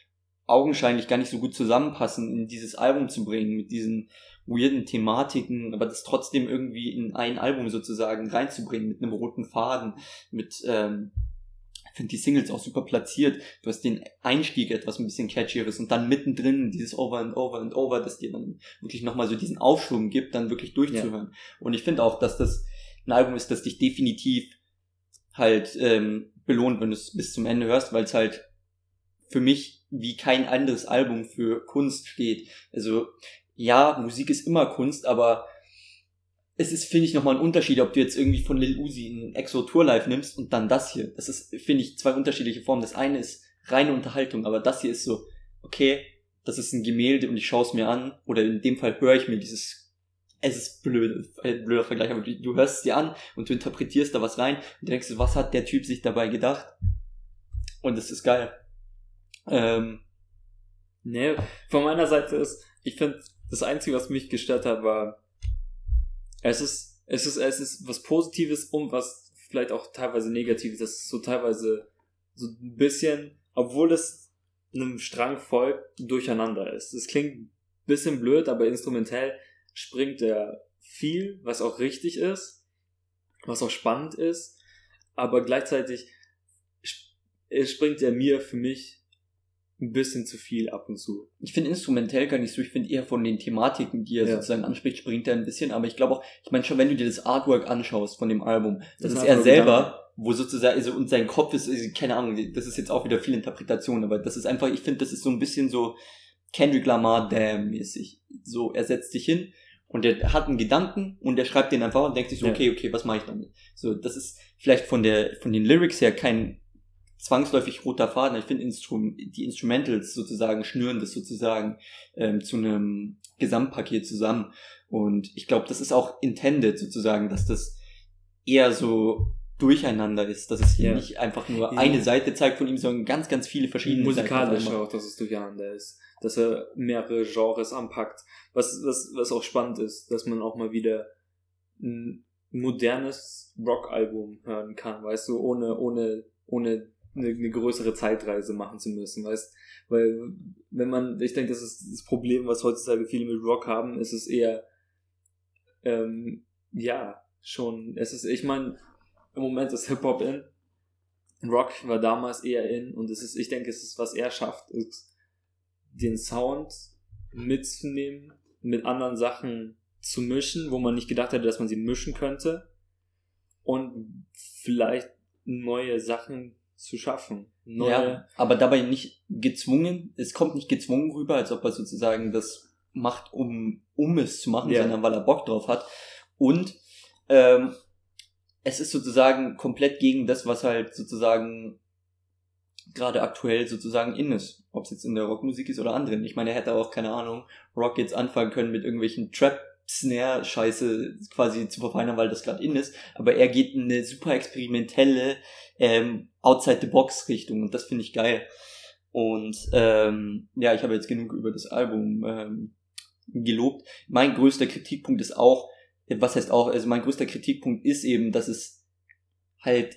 augenscheinlich gar nicht so gut zusammenpassen, in dieses Album zu bringen, mit diesen weirden Thematiken, aber das trotzdem irgendwie in ein Album sozusagen reinzubringen, mit einem roten Faden, mit, ähm, ich finde die Singles auch super platziert, du hast den Einstieg etwas ein bisschen catchieres und dann mittendrin dieses Over and Over and Over, das dir dann wirklich nochmal so diesen Aufschwung gibt, dann wirklich durchzuhören. Ja. Und ich finde auch, dass das ein Album ist, das dich definitiv halt ähm, belohnt, wenn du es bis zum Ende hörst, weil es halt für mich wie kein anderes Album für Kunst steht. Also ja, Musik ist immer Kunst, aber es ist, finde ich, nochmal ein Unterschied, ob du jetzt irgendwie von Lil Uzi ein Exo Tour Live nimmst und dann das hier. Das ist, finde ich, zwei unterschiedliche Formen. Das eine ist reine Unterhaltung, aber das hier ist so, okay, das ist ein Gemälde und ich schaue es mir an, oder in dem Fall höre ich mir dieses, es ist blöd, ein blöder Vergleich, aber du, du hörst es dir an und du interpretierst da was rein und du denkst, was hat der Typ sich dabei gedacht? Und es ist geil. Ähm, nee, von meiner Seite ist, ich finde, das Einzige, was mich gestört hat, war, es ist, es ist, es ist was Positives und was vielleicht auch teilweise Negatives. Das ist so teilweise so ein bisschen, obwohl es einem Strang folgt, durcheinander ist. Es klingt ein bisschen blöd, aber instrumentell springt er viel, was auch richtig ist, was auch spannend ist, aber gleichzeitig springt er mir für mich ein bisschen zu viel ab und zu. Ich finde instrumentell gar nicht so, ich finde eher von den Thematiken, die er ja. sozusagen anspricht, springt er ein bisschen, aber ich glaube auch, ich meine schon, wenn du dir das Artwork anschaust von dem Album, das, das ist er selber, Gedanken. Wo sozusagen, also, und sein Kopf ist, keine Ahnung, das ist jetzt auch wieder viel Interpretation, aber das ist einfach, ich finde, das ist so ein bisschen so Kendrick Lamar Damn-mäßig. So, er setzt sich hin und er hat einen Gedanken und er schreibt den einfach und denkt sich so, ja. okay, okay, was mache ich damit? So, das ist vielleicht von der, von den Lyrics her kein zwangsläufig roter Faden. Ich finde, Instrum- die Instrumentals sozusagen schnüren das sozusagen ähm, zu einem Gesamtpaket zusammen. Und ich glaube, das ist auch intended sozusagen, dass das eher so durcheinander ist, dass es hier yeah. nicht einfach nur yeah. eine Seite zeigt von ihm, sondern ganz, ganz viele verschiedene Musikalisch Seiten. Musikalisch auch, dass es durcheinander ist. Dass er mehrere Genres anpackt. Was, was, was auch spannend ist, dass man auch mal wieder ein modernes Rock-Album hören kann, weißt du, ohne, ohne, ohne eine, eine größere Zeitreise machen zu müssen, weißt, weil wenn man, ich denke, das ist das Problem, was heutzutage viele mit Rock haben, ist es eher, ähm, ja, schon, es ist, ich meine, im Moment ist Hip-Hop in, Rock war damals eher in und es ist, ich denke, es ist, was er schafft, ist, den Sound mitzunehmen, mit anderen Sachen zu mischen, wo man nicht gedacht hätte, dass man sie mischen könnte und vielleicht neue Sachen zu schaffen. Neue ja, aber dabei nicht gezwungen, es kommt nicht gezwungen rüber, als ob er sozusagen das macht, um, um es zu machen, yeah. sondern weil er Bock drauf hat. Und ähm, es ist sozusagen komplett gegen das, was halt sozusagen gerade aktuell sozusagen in ist. Ob es jetzt in der Rockmusik ist oder anderen. Ich meine, er hätte auch, keine Ahnung, Rock jetzt anfangen können mit irgendwelchen Trap Snare-Scheiße quasi zu verfeinern, weil das gerade in ist, aber er geht in eine super experimentelle ähm, Outside-the-Box-Richtung und das finde ich geil. Und ähm, ja, ich habe jetzt genug über das Album ähm, gelobt. Mein größter Kritikpunkt ist auch, was heißt auch, also mein größter Kritikpunkt ist eben, dass es halt,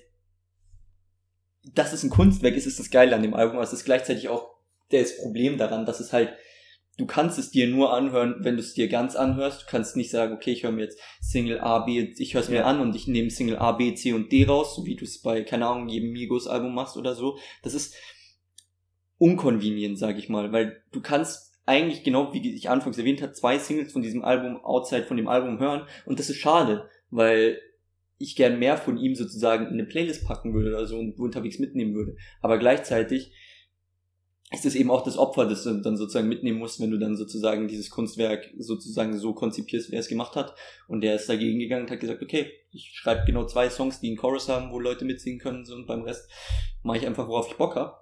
dass es ein Kunstwerk ist, ist das Geile an dem Album, aber es ist gleichzeitig auch das Problem daran, dass es halt, du kannst es dir nur anhören, wenn du es dir ganz anhörst. Du kannst nicht sagen, okay, ich höre mir jetzt Single A, B, ich höre es mir ja. an und ich nehme Single A, B, C und D raus, so wie du es bei, keine Ahnung, jedem Migos-Album machst oder so. Das ist unconvenient, sag ich mal, weil du kannst eigentlich, genau wie ich anfangs erwähnt habe, zwei Singles von diesem Album, outside von dem Album hören und das ist schade, weil ich gern mehr von ihm sozusagen in eine Playlist packen würde oder so und unterwegs mitnehmen würde. Aber gleichzeitig ist es eben auch das Opfer, das du dann sozusagen mitnehmen musst, wenn du dann sozusagen dieses Kunstwerk sozusagen so konzipierst, wie er es gemacht hat. Und der ist dagegen gegangen und hat gesagt, okay, ich schreibe genau zwei Songs, die einen Chorus haben, wo Leute mitsingen können, so, und beim Rest mache ich einfach, worauf ich Bock habe.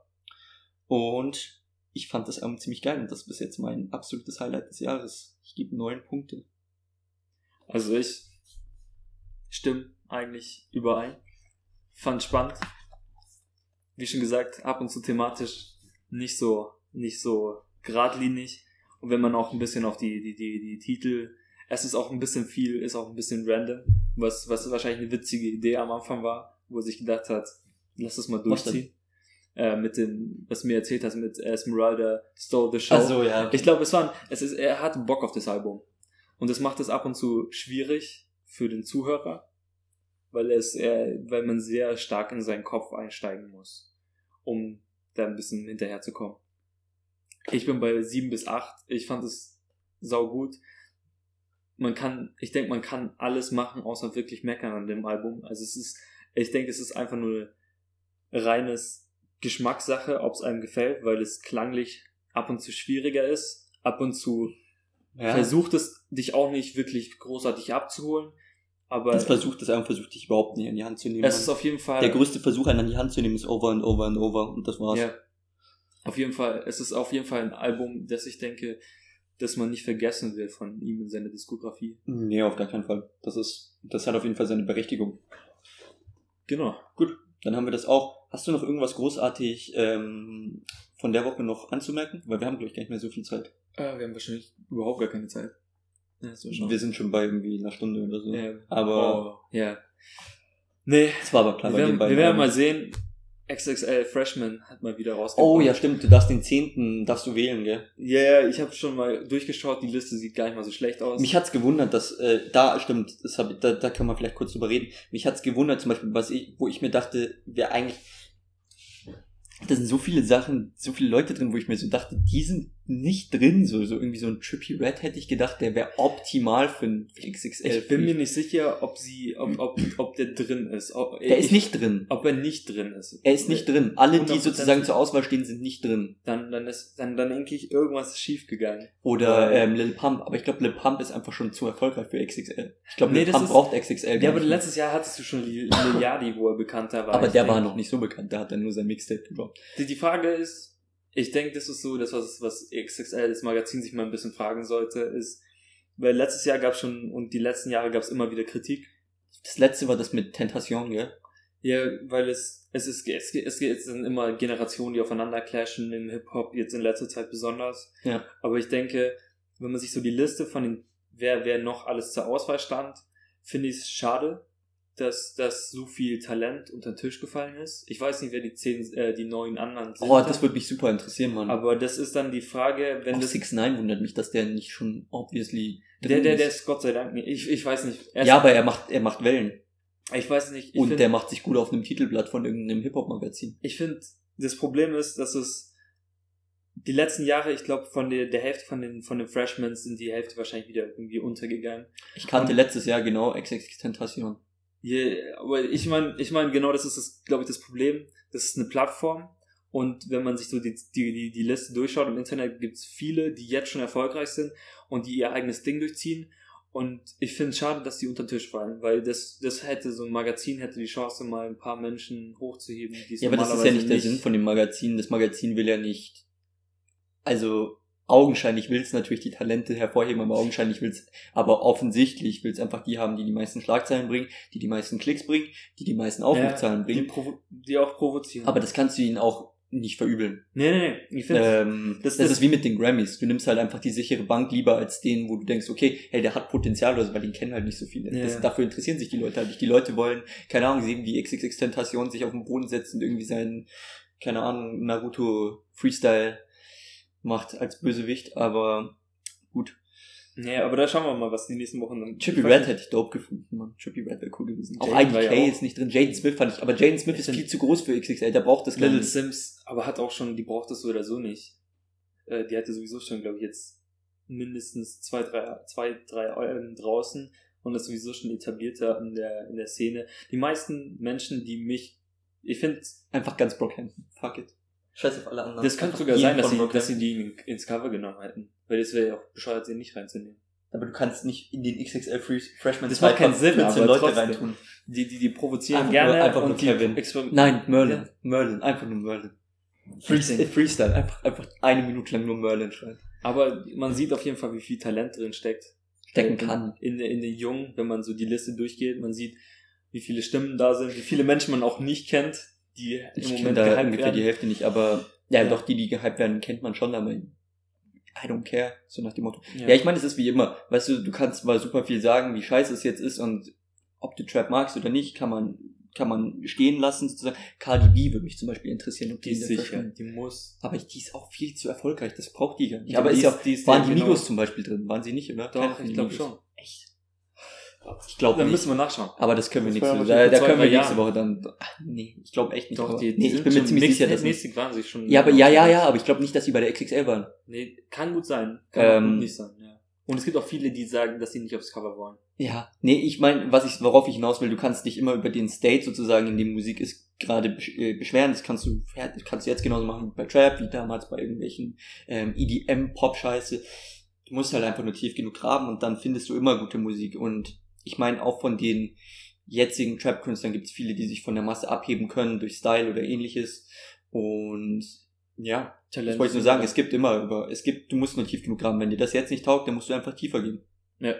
Und ich fand das Album ziemlich geil und das ist bis jetzt mein absolutes Highlight des Jahres. Ich gebe neun Punkte. Also ich stimme eigentlich überein. Fand spannend. Wie schon gesagt, ab und zu thematisch nicht so, nicht so geradlinig. Und wenn man auch ein bisschen auf die, die, die, die Titel, es ist auch ein bisschen viel, ist auch ein bisschen random, was, was wahrscheinlich eine witzige Idee am Anfang war, wo er sich gedacht hat, lass es mal durchziehen. äh, mit dem, was du mir erzählt hast, mit Esmeralda Stole the Show. Ach so, ja. Ich glaube, es war, es ist, er hatte Bock auf das Album. Und das macht es ab und zu schwierig für den Zuhörer, weil es, er, weil man sehr stark in seinen Kopf einsteigen muss, um da ein bisschen hinterherzukommen. Ich bin bei sieben bis acht. Ich fand es saugut. Man kann, ich denke, man kann alles machen, außer wirklich meckern an dem Album. Also es ist, ich denke, es ist einfach nur eine reines Geschmackssache, ob es einem gefällt, weil es klanglich ab und zu schwieriger ist. Ab und zu ja. versucht es dich auch nicht wirklich großartig abzuholen. Aber das versucht es einfach, versucht dich überhaupt nicht an die Hand zu nehmen. Es ist auf jeden Fall... Der größte Versuch, einen an die Hand zu nehmen, ist Over and Over and Over und das war's. Ja. Auf jeden Fall, es ist auf jeden Fall ein Album, das ich denke, dass man nicht vergessen will von ihm in seiner Diskografie. Nee, auf gar keinen Fall. Das ist, das hat auf jeden Fall seine Berechtigung. Genau. Gut, dann haben wir das auch. Hast du noch irgendwas großartig ähm, von der Woche noch anzumerken? Weil wir haben, glaube ich, gar nicht mehr so viel Zeit. Äh, wir haben wahrscheinlich überhaupt gar keine Zeit. Ja, wir sind schon bei irgendwie einer Stunde oder so. Ja. Aber... Oh, ja. Nee. Das war aber klar. Wir bei werden, den beiden wir werden mal sehen... X X L Freshman hat mal wieder rausgebracht. Oh ja, stimmt, du darfst den zehnten darfst du wählen, gell? Ja, yeah, ich habe schon mal durchgeschaut, die Liste sieht gar nicht mal so schlecht aus. Mich hat's gewundert, dass, äh, da, stimmt, das hab, da, da können wir vielleicht kurz drüber reden. Mich hat's gewundert, zum Beispiel, was ich, wo ich mir dachte, wer eigentlich, da sind so viele Sachen, so viele Leute drin, wo ich mir so dachte, die sind nicht drin, so, so irgendwie so ein Trippie Red hätte ich gedacht, der wäre optimal für ein X X L. Ich bin mir nicht sicher, ob sie, ob, ob, ob der drin ist. Ob, der ich, ist nicht drin. Ob er nicht drin ist. Er ist nicht drin. Alle, die sozusagen zur Auswahl stehen, sind nicht drin. Dann, dann ist, dann, dann denke ich, irgendwas ist schief gegangen. Oder, ähm, Lil Pump. Aber ich glaube, Lil Pump ist einfach schon zu erfolgreich für X X L. Ich glaube, nee, Lil Pump ist, braucht X X L. Ja, aber letztes Jahr hattest du schon Lil Yachty, wo er bekannter war. Aber der denke. war noch nicht so bekannt. Der hat dann nur sein Mixtape gedroppt. Die, die Frage ist, ich denke, das ist so, das was, was X X L, das Magazin, sich mal ein bisschen fragen sollte, ist, weil letztes Jahr gab es schon, und die letzten Jahre gab es immer wieder Kritik. Das letzte war das mit Tentation, gell? Ja, weil es, es ist, es, es, es sind immer Generationen, die aufeinander clashen im Hip-Hop, jetzt in letzter Zeit besonders. Ja. Aber ich denke, wenn man sich so die Liste von den, wer, wer noch alles zur Auswahl stand, finde ich es schade, dass, dass so viel Talent unter den Tisch gefallen ist. Ich weiß nicht, wer die zehn, äh, die neun anderen sind. Oh, das würde mich super interessieren, Mann. Aber das ist dann die Frage, wenn auch das... six neun wundert mich, dass der nicht schon obviously der, der, der ist Gott sei Dank nicht. Ich, ich weiß nicht. Ja, aber er macht, er macht Wellen. Ich weiß nicht. Ich Und find, der macht sich gut auf einem Titelblatt von irgendeinem Hip-Hop-Magazin. Ich finde, das Problem ist, dass es die letzten Jahre, ich glaube, von der, der Hälfte von den, von den Freshmen sind die Hälfte wahrscheinlich wieder irgendwie untergegangen. Ich kannte Und, letztes Jahr genau X X Tentation. Yeah, aber ich meine, ich meine, genau das ist, das, glaube ich, das Problem. Das ist eine Plattform und wenn man sich so die, die, die, die Liste durchschaut, im Internet gibt es viele, die jetzt schon erfolgreich sind und die ihr eigenes Ding durchziehen und ich finde es schade, dass die unter den Tisch fallen, weil das, das hätte, so ein Magazin hätte die Chance, mal ein paar Menschen hochzuheben, die es ja, aber das ist ja nicht der Sinn von dem Magazin. Das Magazin will ja nicht, also augenscheinlich will es natürlich die Talente hervorheben, aber augenscheinlich will es, aber offensichtlich will es einfach die haben, die die meisten Schlagzeilen bringen, die die meisten Klicks bringen, die die meisten Aufrufzahlen ja, bringen. Die, provo- die auch provozieren. Aber das kannst du ihnen auch nicht verübeln. Nee, nee, nee. Ich finde, ähm, das, das, das ist wie mit den Grammys. Du nimmst halt einfach die sichere Bank lieber als den, wo du denkst, okay, hey, der hat Potenzial oder so, weil den kennen halt nicht so viele. Ja. Das, dafür interessieren sich die Leute halt nicht. Die Leute wollen, keine Ahnung, sehen, wie X X X Tentation sich auf den Boden setzt und irgendwie seinen, keine Ahnung, Naruto Freestyle macht als Bösewicht, aber gut. Ja, aber da schauen wir mal, was die nächsten Wochen dann... Trippie Red hätte ich dope gefunden, man. Trippie Red wäre cool gewesen. Auch I D K ja ist nicht drin. Jaden Smith fand ich, aber Jaden Smith ist viel zu groß für X X L, der braucht das gar nicht. Little Sims, aber hat auch schon, die braucht das so oder so nicht. Äh, die hatte sowieso schon, glaube ich, jetzt mindestens zwei, drei, zwei, drei Alben draußen und ist sowieso schon etablierter in der, in der Szene. Die meisten Menschen, die mich, ich finde... Einfach ganz Brockhampton. Fuck it. Scheiß auf alle anderen. Das könnte sogar sein, dass sie, dass sie die ins Cover genommen hätten. Weil das wäre ja auch bescheuert, sie nicht reinzunehmen. Aber du kannst nicht in den X X L Freshman das macht keinen Sinn, aber Leute trotzdem. reintun. Die, die, die provozieren einfach gerne nur, einfach und nur die Kevin. Exper- Nein, Merlin. Ja. Merlin. Einfach nur Merlin. Freestyle. Freestyle. Einfach, einfach eine Minute lang nur Merlin schreien. Aber man sieht auf jeden Fall, wie viel Talent drin steckt. Stecken kann. In, in, in den Jungen, wenn man so die Liste durchgeht. Man sieht, wie viele Stimmen da sind, wie viele Menschen man auch nicht kennt, die im ich Moment da gehypt ungefähr werden. Die Hälfte nicht, aber ja, ja, doch, die, die gehypt werden, kennt man schon, aber I don't care, so nach dem Motto. Ja, ja ich meine, es ist wie immer, weißt du, du kannst mal super viel sagen, wie scheiße es jetzt ist und ob du Trap magst oder nicht, kann man kann man stehen lassen, sozusagen. Cardi B würde mich zum Beispiel interessieren, ob die, Die ist in der sicher, Fashion- die muss. Aber die ist auch viel zu erfolgreich, das braucht die gar nicht. Ja, aber die ist ja ist- auch, die ist waren ja die genau- Migos zum Beispiel drin? Waren sie nicht, oder? Keine Doch, von ich den glaube Migos. schon. Echt? Ich glaube Da nicht. müssen wir nachschauen. Aber das können wir Das nächste war Woche. Da, wahrscheinlich da vor können zwei, wir drei nächste Jahren. Woche dann. Ach, nee, ich glaube echt nicht. Doch, aber, die, die nee, ich sind bin mir schon ziemlich sicher, dass. mäßig waren sie schon. Ja, aber ja, ja, ja, aber ich glaube nicht, dass sie bei der X X L waren. Nee, kann gut sein. Kann Ähm, auch gut nicht sein, ja. Und es gibt auch viele, die sagen, dass sie nicht aufs Cover wollen. Ja, nee, ich meine, was ich, worauf ich hinaus will, du kannst dich immer über den State sozusagen, in dem Musik ist, gerade besch- äh, beschweren. Das kannst du, ja, das kannst du jetzt genauso machen wie bei Trap, wie damals bei irgendwelchen ähm, E D M-Pop-Scheiße. Du musst halt einfach nur tief genug graben und dann findest du immer gute Musik. Und ich meine, auch von den jetzigen Trap-Künstlern gibt es viele, die sich von der Masse abheben können durch Style oder ähnliches. Und ja, Talent. ich wollte nur sagen, es gibt immer über, es gibt, du musst nur tief genug graben. Wenn dir das jetzt nicht taugt, dann musst du einfach tiefer gehen. Ja.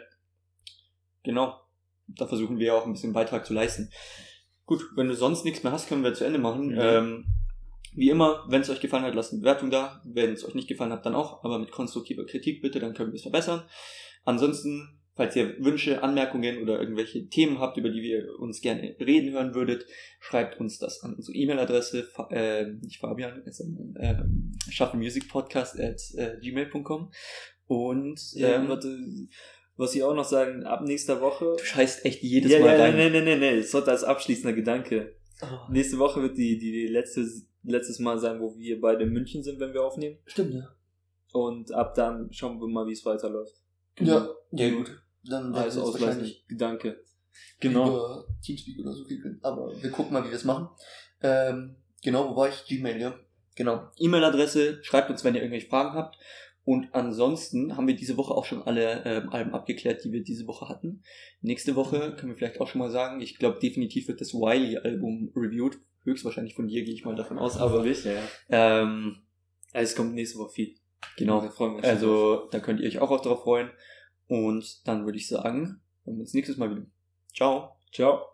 Genau. Da versuchen wir auch ein bisschen Beitrag zu leisten. Gut, wenn du sonst nichts mehr hast, können wir zu Ende machen. Ja. Ähm, wie immer, wenn es euch gefallen hat, lasst eine Bewertung da. Wenn es euch nicht gefallen hat, dann auch. Aber mit konstruktiver Kritik bitte, dann können wir es verbessern. Ansonsten, falls ihr Wünsche, Anmerkungen oder irgendwelche Themen habt, über die wir uns gerne reden hören würdet, schreibt uns das an unsere E-Mail-Adresse, fa- äh, nicht Fabian, sondern äh, schaffenmusicpodcast at äh, gmail punkt com. Und Ja, ähm, warte, was ich auch noch sagen, ab nächster Woche. du scheißt echt jedes Ja, Mal ja, rein. nee, nee, nee, nee, das sollte als abschließender Gedanke. Oh, Nächste Woche wird die, die, die letzte, letztes Mal sein, wo wir beide in München sind, wenn wir aufnehmen. stimmt, ja. Und ab dann schauen wir mal, wie es weiterläuft. Ja, ja gut. Dann Alles ausgleichen. Gedanke. Genau. über Teamspeak oder so regeln. Aber wir gucken mal, wie wir es machen. Ähm, genau, wo war ich? Gmail, ja. Genau. E-Mail-Adresse, schreibt uns, wenn ihr irgendwelche Fragen habt. Und ansonsten haben wir diese Woche auch schon alle ähm, Alben abgeklärt, die wir diese Woche hatten. Nächste Woche können wir vielleicht auch schon mal sagen, ich glaube definitiv wird das Wiley-Album reviewed. Höchstwahrscheinlich von dir, gehe ich mal davon aus. Aber ja, ja. ähm, Also es kommt nächste Woche viel. genau. Da freuen wir uns schon drauf. Also da könnt ihr euch auch, auch drauf freuen. Und dann würde ich sagen, hören wir uns nächstes Mal wieder. Ciao. Ciao.